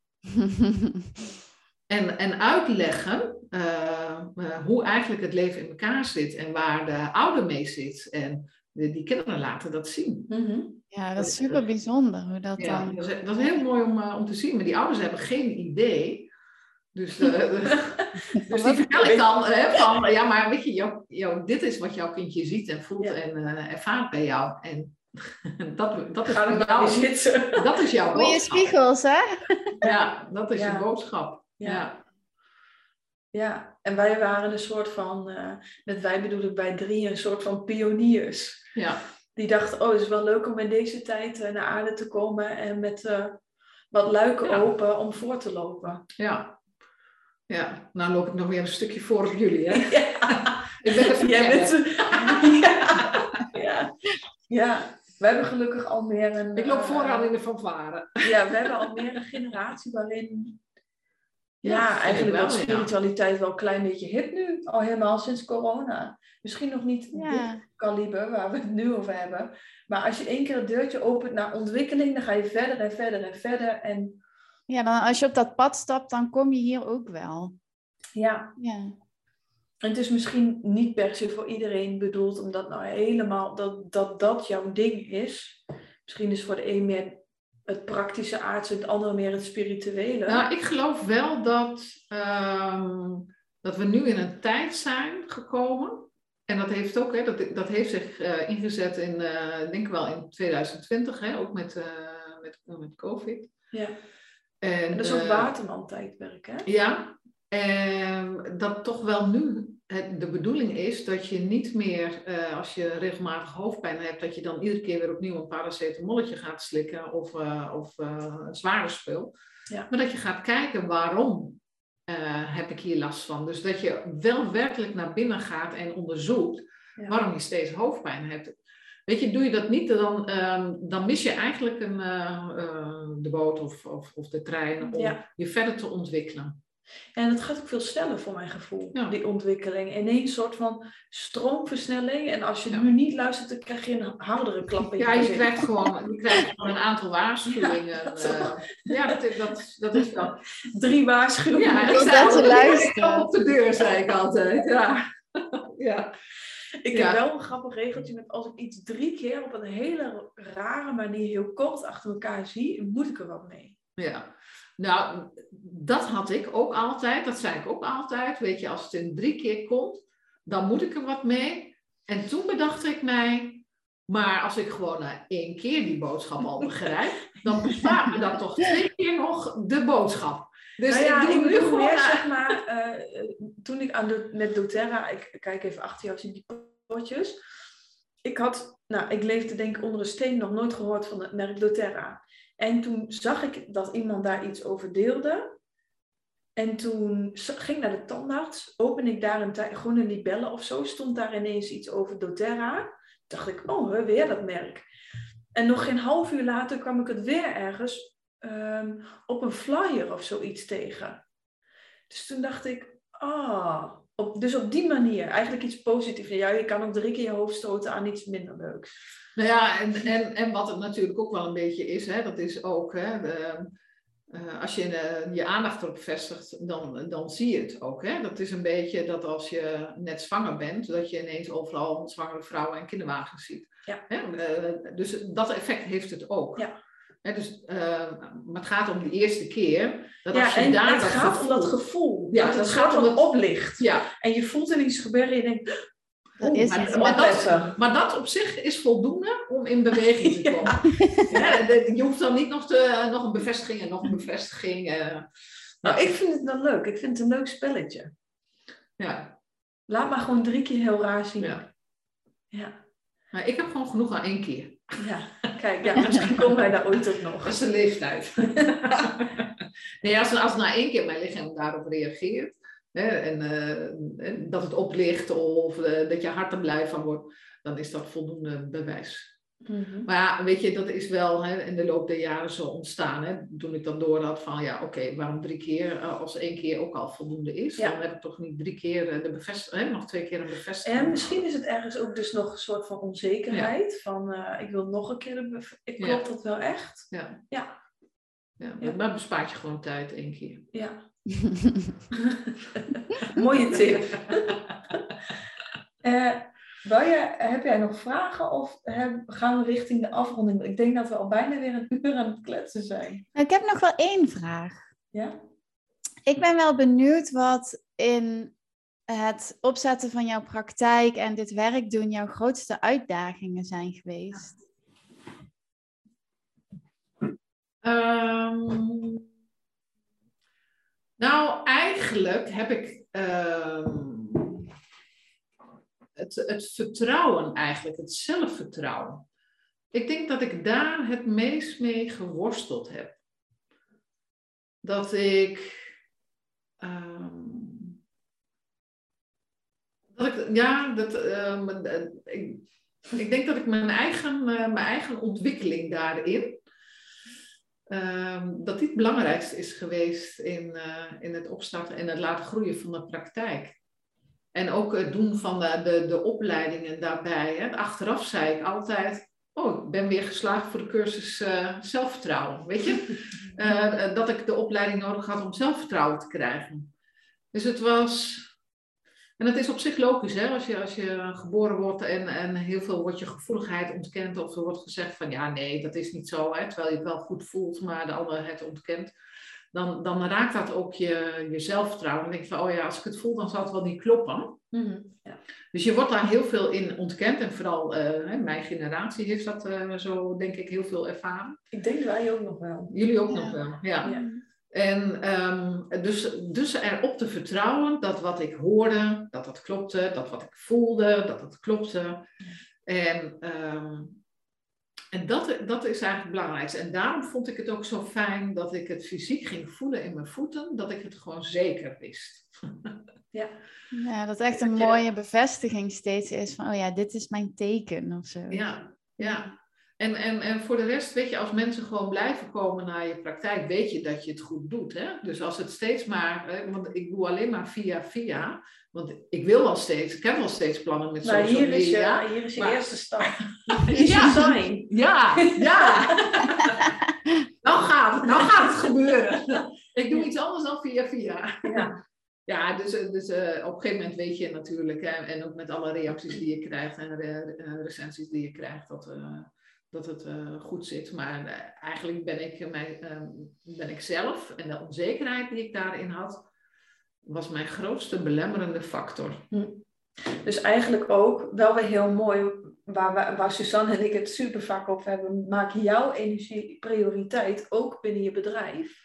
en, en uitleggen uh, uh, hoe eigenlijk het leven in elkaar zit en waar de ouder mee zit. En de, die kinderen laten dat zien. Mm-hmm. Ja, dat is super bijzonder hoe dat ja, dan... Dat is, dat is heel mooi om, uh, om te zien, maar die ouders hebben geen idee. Dus, uh, dus die vertel ik dan uh, van, ja, maar weet je, jou, jou, dit is wat jouw kindje ziet en voelt ja. en uh, ervaart bij jou. En dat, dat, is, jou, dat is jouw boodschap. Goeie spiegels, hè? Ja, dat is ja. je boodschap. Ja. Ja. Ja, en wij waren een soort van, uh, met wij bedoel ik bij drie, een soort van pioniers. Ja. Die dachten, oh, het is wel leuk om in deze tijd uh, naar aarde te komen en met uh, wat luiken ja. open om voor te lopen. Ja. Ja, nou loop ik nog weer een stukje voor op jullie, hè? Ja. Ik ben even ja, met, ja. ja. Ja, we hebben gelukkig al meer een... Ik loop uh, vooraan in de fanfare. Ja, we hebben al meer een generatie waarin... Ja, ja eigenlijk wel spiritualiteit ja. wel een klein beetje hip nu. Al helemaal sinds corona. Misschien nog niet ja. dit kaliber waar we het nu over hebben. Maar als je één keer het deurtje opent naar ontwikkeling, dan ga je verder en verder en verder. En... Ja, dan als je op dat pad stapt, dan kom je hier ook wel. Ja. ja. En het is misschien niet per se voor iedereen bedoeld, omdat nou helemaal dat dat, dat jouw ding is. Misschien is voor de een meer het praktische aardse, het andere meer het spirituele. Nou, ik geloof wel dat, um, dat we nu in een tijd zijn gekomen. En dat heeft ook, hè, dat, dat heeft zich uh, ingezet in, uh, denk ik wel in twintig twintig, hè, ook met, uh, met, met COVID. Ja. En, en dat is ook uh, Waterman-tijdperk, hè? Ja, en dat toch wel nu het, de bedoeling is dat je niet meer, uh, als je regelmatig hoofdpijn hebt, dat je dan iedere keer weer opnieuw een paracetamolletje gaat slikken of, uh, of uh, een zware spul. Ja. Maar dat je gaat kijken waarom uh, heb ik hier last van. Dus dat je wel werkelijk naar binnen gaat en onderzoekt ja. waarom je steeds hoofdpijn hebt. Weet je, doe je dat niet, dan, um, dan mis je eigenlijk een, uh, uh, de boot of, of, of de trein om ja. je verder te ontwikkelen. En het gaat ook veel sneller voor mijn gevoel, ja. die ontwikkeling. Ineens een soort van stroomversnelling. En als je ja. nu niet luistert, dan krijg je een hardere klap in je Ja, je gezicht. krijgt gewoon, je krijgt gewoon een aantal waarschuwingen. Ja, dat, uh, ja, dat, is, dat, dat is dan... Drie waarschuwingen. Ja, ik sta te luisteren. Op de deur, zei ik altijd. Ja. ja. Ik heb ja. wel een grappig regeltje met als ik iets drie keer op een hele rare manier heel kort achter elkaar zie, moet ik er wat mee. Ja. Nou, dat had ik ook altijd, dat zei ik ook altijd. Weet je, als het in drie keer komt, dan moet ik er wat mee. En toen bedacht ik mij, maar als ik gewoon na één keer die boodschap al begrijp, dan bespaart me dat toch twee keer nog de boodschap. Dus nou ja, ik doe ik nu gewoon... Meer, zeg maar, uh, toen ik aan de, met doTERRA, ik kijk even achter jou, zie die potjes. Ik had, nou, ik leefde denk ik onder een steen, nog nooit gehoord van het merk doTERRA. En toen zag ik dat iemand daar iets over deelde. En toen ging ik naar de tandarts. Open ik daar een tij- groene libelle of zo. Stond daar ineens iets over doTERRA. Dacht ik, oh, weer dat merk. En nog geen half uur later kwam ik het weer ergens um, op een flyer of zoiets tegen. Dus toen dacht ik, ah... Op, dus op die manier, eigenlijk iets positiefs. Ja, je kan ook drie keer je hoofd stoten aan iets minder leuks. Nou ja, en, en, en wat het natuurlijk ook wel een beetje is, hè, dat is ook, hè, de, uh, als je uh, je aandacht erop vestigt, dan, dan zie je het ook. Hè. Dat is een beetje dat als je net zwanger bent, dat je ineens overal zwangere vrouwen en kinderwagens ziet. Ja. Hè? Uh, dus dat effect heeft het ook. Ja. He, dus, uh, maar het gaat om de eerste keer. Dat ja, als je en daar het dat gaat gevoel, om dat gevoel. Ja, dat het het gaat gaat om om oplicht. Ja. En je voelt er iets gebeuren en je denkt... Dat is maar, maar, dat, maar dat op zich is voldoende om in beweging te komen. Ja. Ja, de, je hoeft dan niet nog, te, nog een bevestiging en nog een bevestiging. Uh, nou, ja. Ik vind het wel leuk. Ik vind het een leuk spelletje. Ja. Laat maar gewoon drie keer heel raar zien. Ja. Ja. Maar ik heb gewoon genoeg aan één keer. Ja, kijk, ja, misschien komen wij daar ooit ook nog. Dat is de leeftijd. Nee, als, als na één keer mijn lichaam daarop reageert, hè, en, uh, en dat het oplicht of uh, dat je hart er blij van wordt, dan is dat voldoende bewijs. Mm-hmm. Maar ja, weet je, dat is wel hè, in de loop der jaren zo ontstaan. Hè, toen ik dan door had van, ja, oké, okay, waarom drie keer, uh, als één keer ook al voldoende is, ja. dan heb ik toch niet drie keer uh, de bevestiging, nog twee keer een bevestiging. En misschien is het ergens ook dus nog een soort van onzekerheid, ja. van uh, ik wil nog een keer de bevestiging. Klopt ja. dat wel echt? Ja. Ja. Ja, ja. Maar bespaart je gewoon tijd één keer. Ja. Mooie tip. uh, Je, heb jij nog vragen of heb, gaan we richting de afronding? Ik denk dat we al bijna weer een uur aan het kletsen zijn. Ik heb nog wel één vraag. Ja? Ik ben wel benieuwd wat in het opzetten van jouw praktijk en dit werk doen jouw grootste uitdagingen zijn geweest. Um, nou, eigenlijk heb ik... Um, Het, het vertrouwen eigenlijk, het zelfvertrouwen. Ik denk dat ik daar het meest mee geworsteld heb. Dat ik... Um, dat ik ja, dat, um, ik, ik denk dat ik mijn eigen, uh, mijn eigen ontwikkeling daarin... Um, dat dit het belangrijkste is geweest in, uh, in het opstarten en het laten groeien van de praktijk. En ook het doen van de, de, de opleidingen daarbij. Hè. Achteraf zei ik altijd, oh, ik ben weer geslaagd voor de cursus uh, zelfvertrouwen. Weet je? Uh, dat ik de opleiding nodig had om zelfvertrouwen te krijgen. Dus het was... En dat is op zich logisch, hè? Als je, als je geboren wordt en, en heel veel wordt je gevoeligheid ontkend. Of er wordt gezegd van, ja, nee, dat is niet zo. Hè? Terwijl je het wel goed voelt, maar de ander het ontkent. dan, dan raakt dat ook je, je zelfvertrouwen. Dan denk je van, oh ja, als ik het voel, dan zal het wel niet kloppen. Mm-hmm. Ja. Dus je wordt daar heel veel in ontkend. En vooral uh, mijn generatie heeft dat uh, zo, denk ik, heel veel ervaren. Ik denk wij ook nog wel. Jullie ook ja. nog wel, ja. ja. En um, dus, dus erop te vertrouwen dat wat ik hoorde, dat dat klopte. Dat wat ik voelde, dat dat klopte. Ja. En, um, en dat, dat is eigenlijk het belangrijkste. En daarom vond ik het ook zo fijn dat ik het fysiek ging voelen in mijn voeten. Dat ik het gewoon zeker wist. Ja. Ja, dat echt een mooie bevestiging steeds is van, oh ja, dit is mijn teken of zo. Ja, ja. En, en, en voor de rest, weet je, als mensen gewoon blijven komen naar je praktijk, weet je dat je het goed doet. Hè? Dus als het steeds maar, hè, want ik doe alleen maar via via, want ik wil wel steeds, ik heb wel steeds plannen met nou, social hier is je, media. Hier is je maar... eerste stap. Hier is ja. je sign. Ja, ja. nou gaat het, nou gaat het gebeuren. Ik doe iets anders dan via via. Ja. Ja, dus, dus uh, op een gegeven moment weet je natuurlijk, hè, en ook met alle reacties die je krijgt en re- uh, recensies die je krijgt, dat, uh, dat het uh, goed zit. Maar uh, eigenlijk ben ik, mijn, uh, ben ik zelf en de onzekerheid die ik daarin had, was mijn grootste belemmerende factor. Hm. Dus eigenlijk ook, wel weer heel mooi, waar, waar, waar Suzanne en ik het super vaak over hebben, maak jouw energie prioriteit, ook binnen je bedrijf.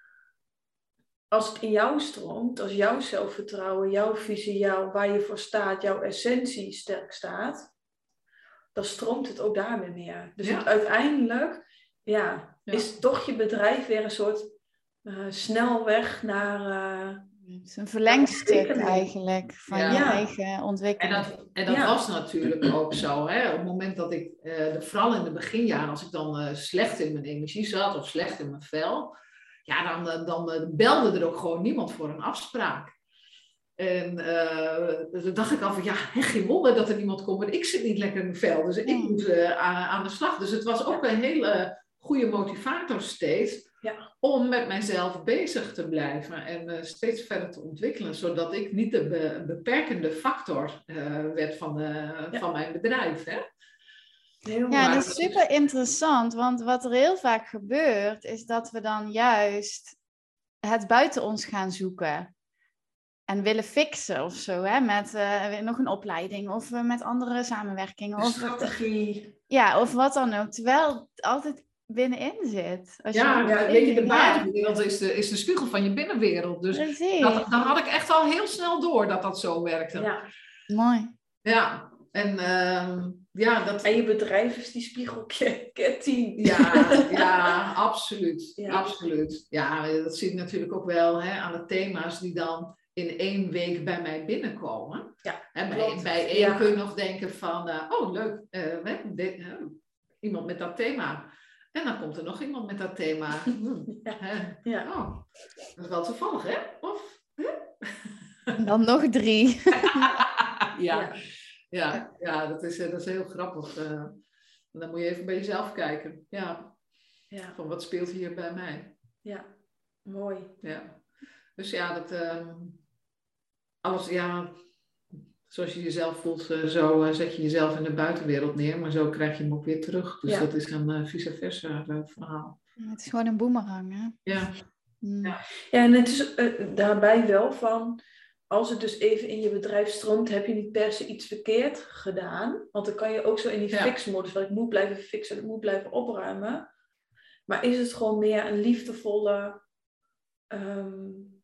Als het in jou stroomt, als jouw zelfvertrouwen, jouw visie, jouw, waar je voor staat, jouw essentie sterk staat, dan stroomt het ook daar weer meer. Dus ja. het uiteindelijk ja, ja. is toch je bedrijf weer een soort uh, snelweg naar... Uh, het is een verlengstuk eigenlijk van ja. je ja. eigen ontwikkeling. En dat, en dat ja. was natuurlijk ook zo. Hè? Op het moment dat ik, uh, vooral in de beginjaren, als ik dan uh, slecht in mijn energie zat of slecht in mijn vel... Ja, dan, dan, dan belde er ook gewoon niemand voor een afspraak. En uh, dan dacht ik al van, ja, geen wonder dat er niemand komt, maar ik zit niet lekker in mijn vel. Dus ik moet uh, aan, aan de slag. Dus het was ook een hele goede motivator steeds ja. om met mijzelf bezig te blijven en uh, steeds verder te ontwikkelen. Zodat ik niet de be- beperkende factor uh, werd van, de, ja. van mijn bedrijf, hè. Heel ja, dat is super interessant, want wat er heel vaak gebeurt, is dat we dan juist het buiten ons gaan zoeken en willen fixen of zo, hè? Met uh, nog een opleiding of uh, met andere samenwerkingen. Of strategie. Ja, of wat dan ook, terwijl het altijd binnenin zit. Als ja, je ja, weet je, de buitenwereld is de, is de spiegel van je binnenwereld. Dus dat, dan had ik echt al heel snel door dat dat zo werkte. Ja. Mooi. Ja, en... Uh, Ja, dat... En je bedrijf is die spiegel keer tien. Ja, ja, absoluut. Ja. absoluut. Ja, dat zie ik natuurlijk ook wel hè, aan de thema's die dan in één week bij mij binnenkomen. Ja, en bij, bij één ja. kun je nog denken van, uh, oh leuk, uh, de, uh, iemand met dat thema. En dan komt er nog iemand met dat thema. Hmm, ja. Uh, ja. Oh, dat is wel toevallig, hè? Of? En dan nog drie. ja. ja. Ja, ja dat, is, dat is heel grappig. Uh, dan moet je even bij jezelf kijken. Ja. Ja. Van wat speelt hier bij mij? Ja, mooi. Ja. Dus ja, dat um, alles, ja, zoals je jezelf voelt, uh, zo uh, zet je jezelf in de buitenwereld neer, maar zo krijg je hem ook weer terug. Dus ja. dat is een uh, vice versa uh, verhaal. Ja, het is gewoon een boemerang, hè? Ja. Mm. Ja. Ja, en het is uh, daarbij wel van, als het dus even in je bedrijf stroomt, heb je niet per se iets verkeerd gedaan. Want dan kan je ook zo in die ja. fixmodus, want ik moet blijven fixen, ik moet blijven opruimen. Maar is het gewoon meer een liefdevolle, um,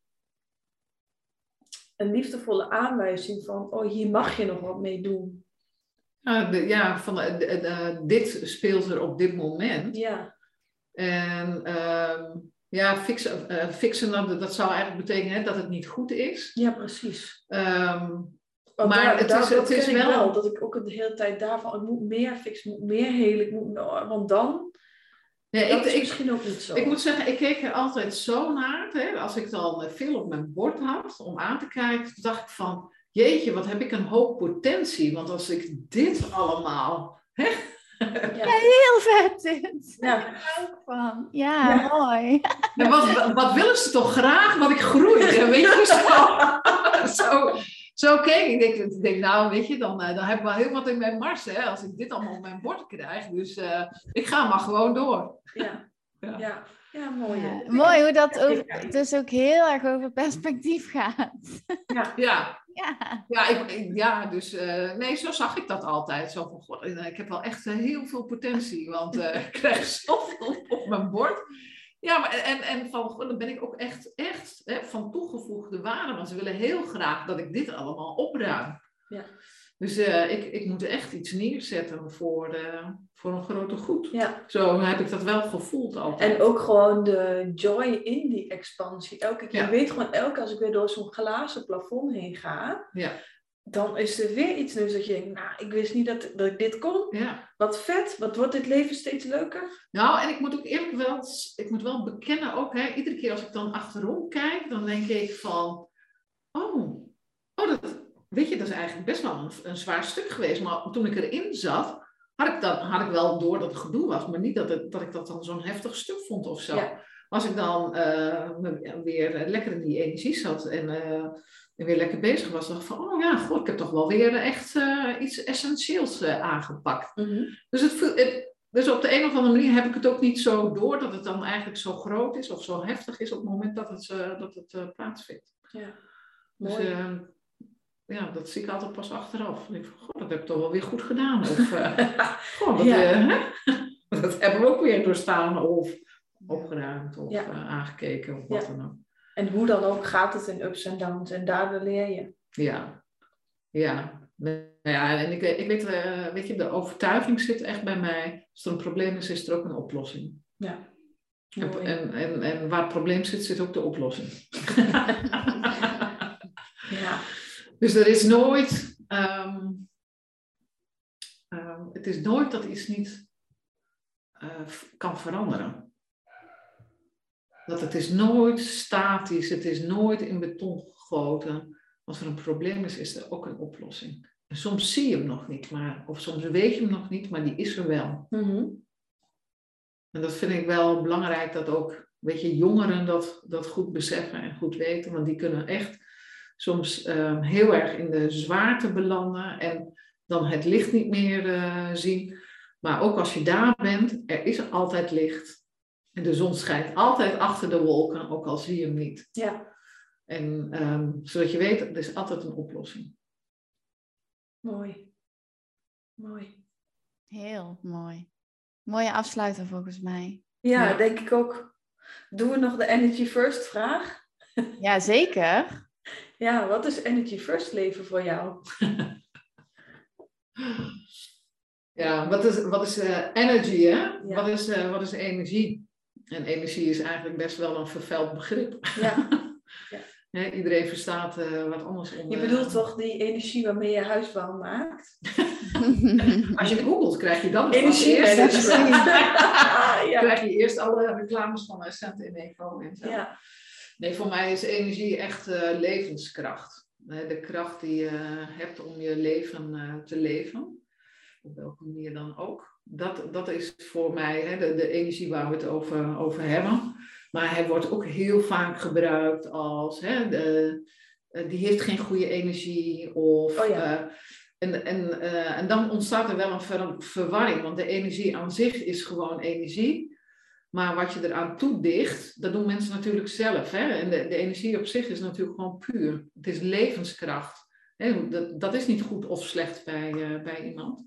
een liefdevolle aanwijzing van, oh, hier mag je nog wat mee doen. Ja, de, ja van, de, de, de, dit speelt er op dit moment. Ja. En... Um, Ja, fixen, uh, fixen dat, dat zou eigenlijk betekenen hè, dat het niet goed is. Ja, precies. Um, maar daar, het daar, is, dat het is ken wel... ik wel, dat ik ook de hele tijd daarvan, ik moet meer fixen, ik moet meer helen, ik moet, want dan, ja, dat ik, is ik, misschien ook niet zo. Ik moet zeggen, ik keek er altijd zo naar, hè, als ik dan veel op mijn bord had om aan te kijken, dacht ik van, jeetje, wat heb ik een hoop potentie, want als ik dit allemaal... Hè, Ja. Ja, heel vet dit. Ja. Ook van. Ja, ja, mooi. Ja, wat, wat willen ze toch graag? Dat ik groei. Weet je, zo, zo, zo keek ik. Ik denk, denk, nou, weet je, dan, dan heb ik wel heel wat in mijn mars, hè, als ik dit allemaal op mijn bord krijg. Dus uh, ik ga maar gewoon door. Ja. Ja. Ja. Ja, mooi. Ja, hè? mooi hoe dat Ja, ook, dus ook heel erg over perspectief gaat. Ja. Ja, Ja. ja, ik, ik- ja dus uh, nee, zo zag ik dat altijd. Zo van, god, ik heb wel echt uh, heel veel potentie, want uh, ik krijg zoveel op, op mijn bord. Ja, maar en, en van, god, dan ben ik ook echt, echt hè, van toegevoegde waarde, want ze willen heel graag dat ik dit allemaal opruim. Ja. Dus uh, ik, ik moet echt iets neerzetten voor, uh, voor een grote goed. Ja. Zo heb ik dat wel gevoeld altijd. En ook gewoon de joy in die expansie. Elke keer, Ja. je weet gewoon, elke keer als ik weer door zo'n glazen plafond heen ga, ja. dan is er weer iets nieuws dat je denkt, nou, ik wist niet dat, dat ik dit kon. Ja. Wat vet, wat wordt dit leven steeds leuker? Nou, en ik moet ook eerlijk wel, ik moet wel bekennen ook, hè, iedere keer als ik dan achterom kijk, dan denk ik van, oh, oh dat... Weet je, dat is eigenlijk best wel een, een zwaar stuk geweest. Maar toen ik erin zat, had ik, dat, had ik wel door dat het gedoe was. Maar niet dat, het, dat ik dat dan zo'n heftig stuk vond of zo. Ja. Als ik dan uh, weer lekker in die energie zat en, uh, en weer lekker bezig was, dacht ik van, oh ja, god, ik heb toch wel weer echt uh, iets essentieels uh, aangepakt. Mm-hmm. Dus, het, het, dus op de een of andere manier heb ik het ook niet zo door dat het dan eigenlijk zo groot is of zo heftig is op het moment dat het, uh, dat het uh, plaatsvindt. Ja, dus, mooi. Uh, Ja, dat zie ik altijd pas achteraf. En ik van, god, dat heb ik toch wel weer goed gedaan. Of, uh, god, dat, ja. uh, dat hebben we ook weer doorstaan of opgeruimd of ja. uh, aangekeken of wat ja. dan ook. En hoe dan ook gaat het in ups en downs en daardoor leer je. Ja, ja. ja en ik, ik weet, uh, weet je, de overtuiging zit echt bij mij. Als er een probleem is, is er ook een oplossing. Ja. En, en, en, en waar het probleem zit, zit ook de oplossing. ja. Dus er is nooit, um, um, het is nooit dat iets niet uh, kan veranderen. Dat het is nooit statisch, het is nooit in beton gegoten. Als er een probleem is, is er ook een oplossing. En soms zie je hem nog niet, maar, of soms weet je hem nog niet, maar die is er wel. Mm-hmm. En dat vind ik wel belangrijk, dat ook, weet je, jongeren dat, dat goed beseffen en goed weten, want die kunnen echt soms uh, heel erg in de zwaarte belanden en dan het licht niet meer uh, zien. Maar ook als je daar bent, er is altijd licht. En de zon schijnt altijd achter de wolken, ook al zie je hem niet. Ja. En um, zodat je weet, er is altijd een oplossing. Mooi. Mooi. Heel mooi. Mooie afsluiter volgens mij. Ja, Ja. denk ik ook. Doen we nog de Energy First vraag? Ja, zeker. Ja, wat is Energy First leven voor jou? Ja, wat is, wat is uh, energy, hè? Ja. Wat is, uh, wat is energie? En energie is eigenlijk best wel een vervuild begrip. Ja. Ja. Ja, iedereen verstaat uh, wat anders onder. Je bedoelt toch die energie waarmee je huisbouw maakt? Als je googelt, krijg je dan energie. Eerst, ja. krijg je eerst alle reclames van Ascent in Eco en zo. Ja. Nee, voor mij is energie echt uh, levenskracht. Uh, de kracht die je hebt om je leven uh, te leven. Op welke manier dan ook. Dat, dat is voor mij hè, de, de energie waar we het over, over hebben. Maar hij wordt ook heel vaak gebruikt als... Hè, de, uh, die heeft geen goede energie. Of, oh ja. uh, en, en, uh, en dan ontstaat er wel een ver, verwarring. Want de energie aan zich is gewoon energie. Maar wat je eraan toedicht, dat doen mensen natuurlijk zelf. Hè? En de, de energie op zich is natuurlijk gewoon puur. Het is levenskracht. Hè? Dat, dat is niet goed of slecht bij, uh, bij iemand.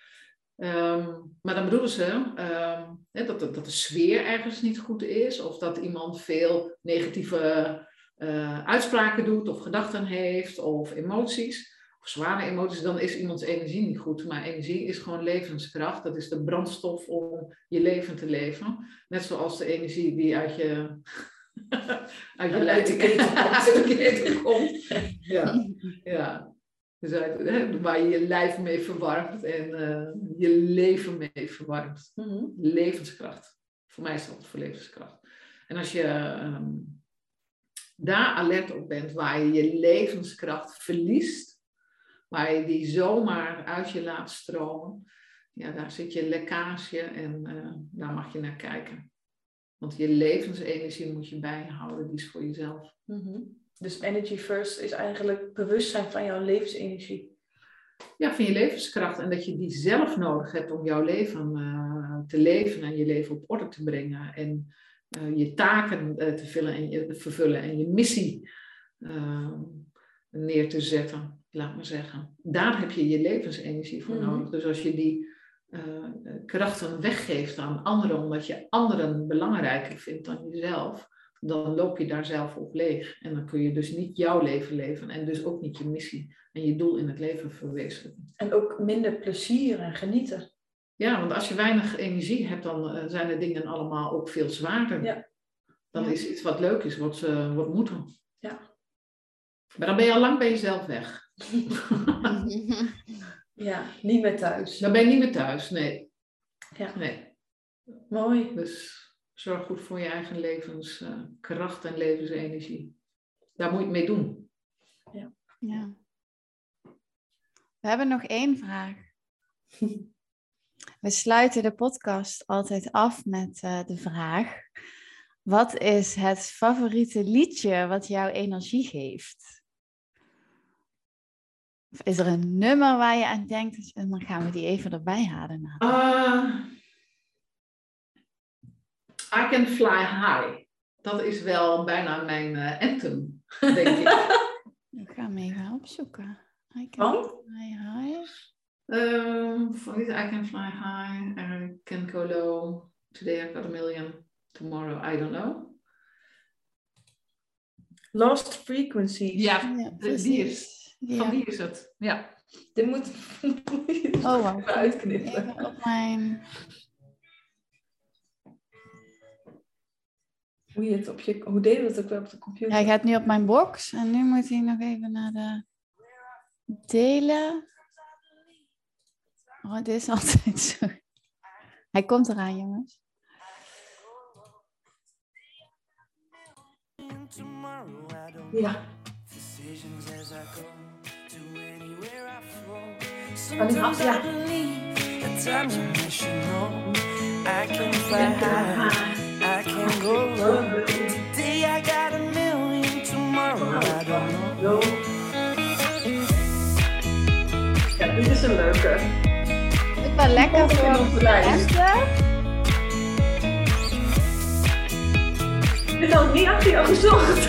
Um, maar dan bedoelen ze um, hè, dat, dat de sfeer ergens niet goed is. Of dat iemand veel negatieve uh, uitspraken doet of gedachten heeft of emoties. Of zware emoties, dan is iemands energie niet goed. Maar energie is gewoon levenskracht. Dat is de brandstof om je leven te leven. Net zoals de energie die uit je, uit je lijf komt. Ja, ja. Dus uit, hè, waar je je lijf mee verwarmt en uh, je leven mee verwarmt. Mm-hmm. Levenskracht. Voor mij is dat voor levenskracht. En als je um, daar alert op bent, waar je je levenskracht verliest, waar je die zomaar uit je laat stromen, ja, daar zit je lekkage en uh, daar mag je naar kijken. Want je levensenergie moet je bijhouden, die is voor jezelf. Mm-hmm. Dus Energy First is eigenlijk bewustzijn van jouw levensenergie. Ja, van je levenskracht en dat je die zelf nodig hebt om jouw leven uh, te leven en je leven op orde te brengen. En uh, je taken uh, te vullen en je, vervullen en je missie uh, neer te zetten, laat maar zeggen. Daar heb je je levensenergie voor mm-hmm. nodig. Dus als je die uh, krachten weggeeft aan anderen, omdat je anderen belangrijker vindt dan jezelf, dan loop je daar zelf op leeg. En dan kun je dus niet jouw leven leven en dus ook niet je missie en je doel in het leven verwezenlijken. En ook minder plezier en genieten. Ja, want als je weinig energie hebt, dan uh, zijn de dingen allemaal ook veel zwaarder. Ja. Dan ja. is iets wat leuk is, wordt, uh, wordt moeten. Ja. Maar dan ben je al lang bij jezelf weg. Ja, niet meer thuis. Dan ben je niet meer thuis, nee. Ja. Nee. Mooi. Dus zorg goed voor je eigen levenskracht uh, en levensenergie. Daar moet je het mee doen. Ja. Ja. We hebben nog één vraag. We sluiten de podcast altijd af met uh, de vraag: wat is het favoriete liedje wat jou energie geeft? Of is er een nummer waar je aan denkt? En dan gaan we die even erbij halen. Uh, I Can Fly High. Dat is wel bijna mijn uh, anthem, denk ik. Ik ga hem even opzoeken. I Can oh? Fly High. Um, van I Can Fly High, I Can Go Low, Today I Got a Million, Tomorrow I Don't Know. Lost Frequencies. Ja, ja die is, ja. van die is het. Ja. Dit moet oh, wow. even uitknippen. Even op mijn... Hoe, je het op je, hoe deed je dat ook wel op de computer? Hij gaat nu op mijn box en nu moet hij nog even naar de delen. Oh, dit is altijd zo. Hij komt eraan, jongens. Ja. Van die hap, ja. I can fly high, I can go low. Today I got a million, tomorrow I don't know. Ja, dit is een leuke. Dit is wel lekker voor de mensen. Dit had ik niet achter jou gezocht.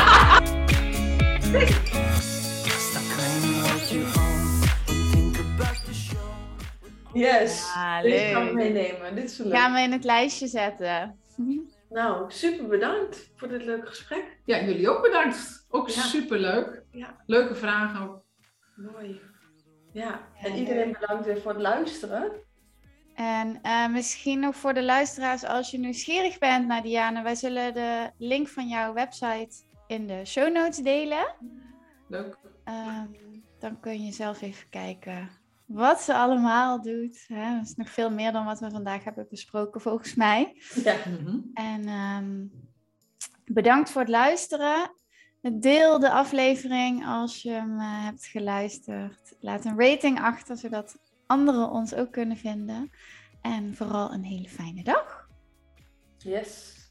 Yes, ja, dit leuk. gaan we meenemen. Dit is leuk. Gaan we in het lijstje zetten. Nou, super bedankt voor dit leuke gesprek. Ja, jullie ook bedankt. Ook ja. super leuk. Ja. Leuke vragen ook. Mooi. Ja, en iedereen bedankt weer voor het luisteren. En uh, misschien nog voor de luisteraars, als je nieuwsgierig bent naar Diane, wij zullen de link van jouw website in de show notes delen. Leuk. Um, dan kun je zelf even kijken wat ze allemaal doet. Hè? Dat is nog veel meer dan wat we vandaag hebben besproken, volgens mij. Ja. Mm-hmm. En um, bedankt voor het luisteren. Deel de aflevering als je hem uh, hebt geluisterd. Laat een rating achter, zodat anderen ons ook kunnen vinden. En vooral een hele fijne dag. Yes.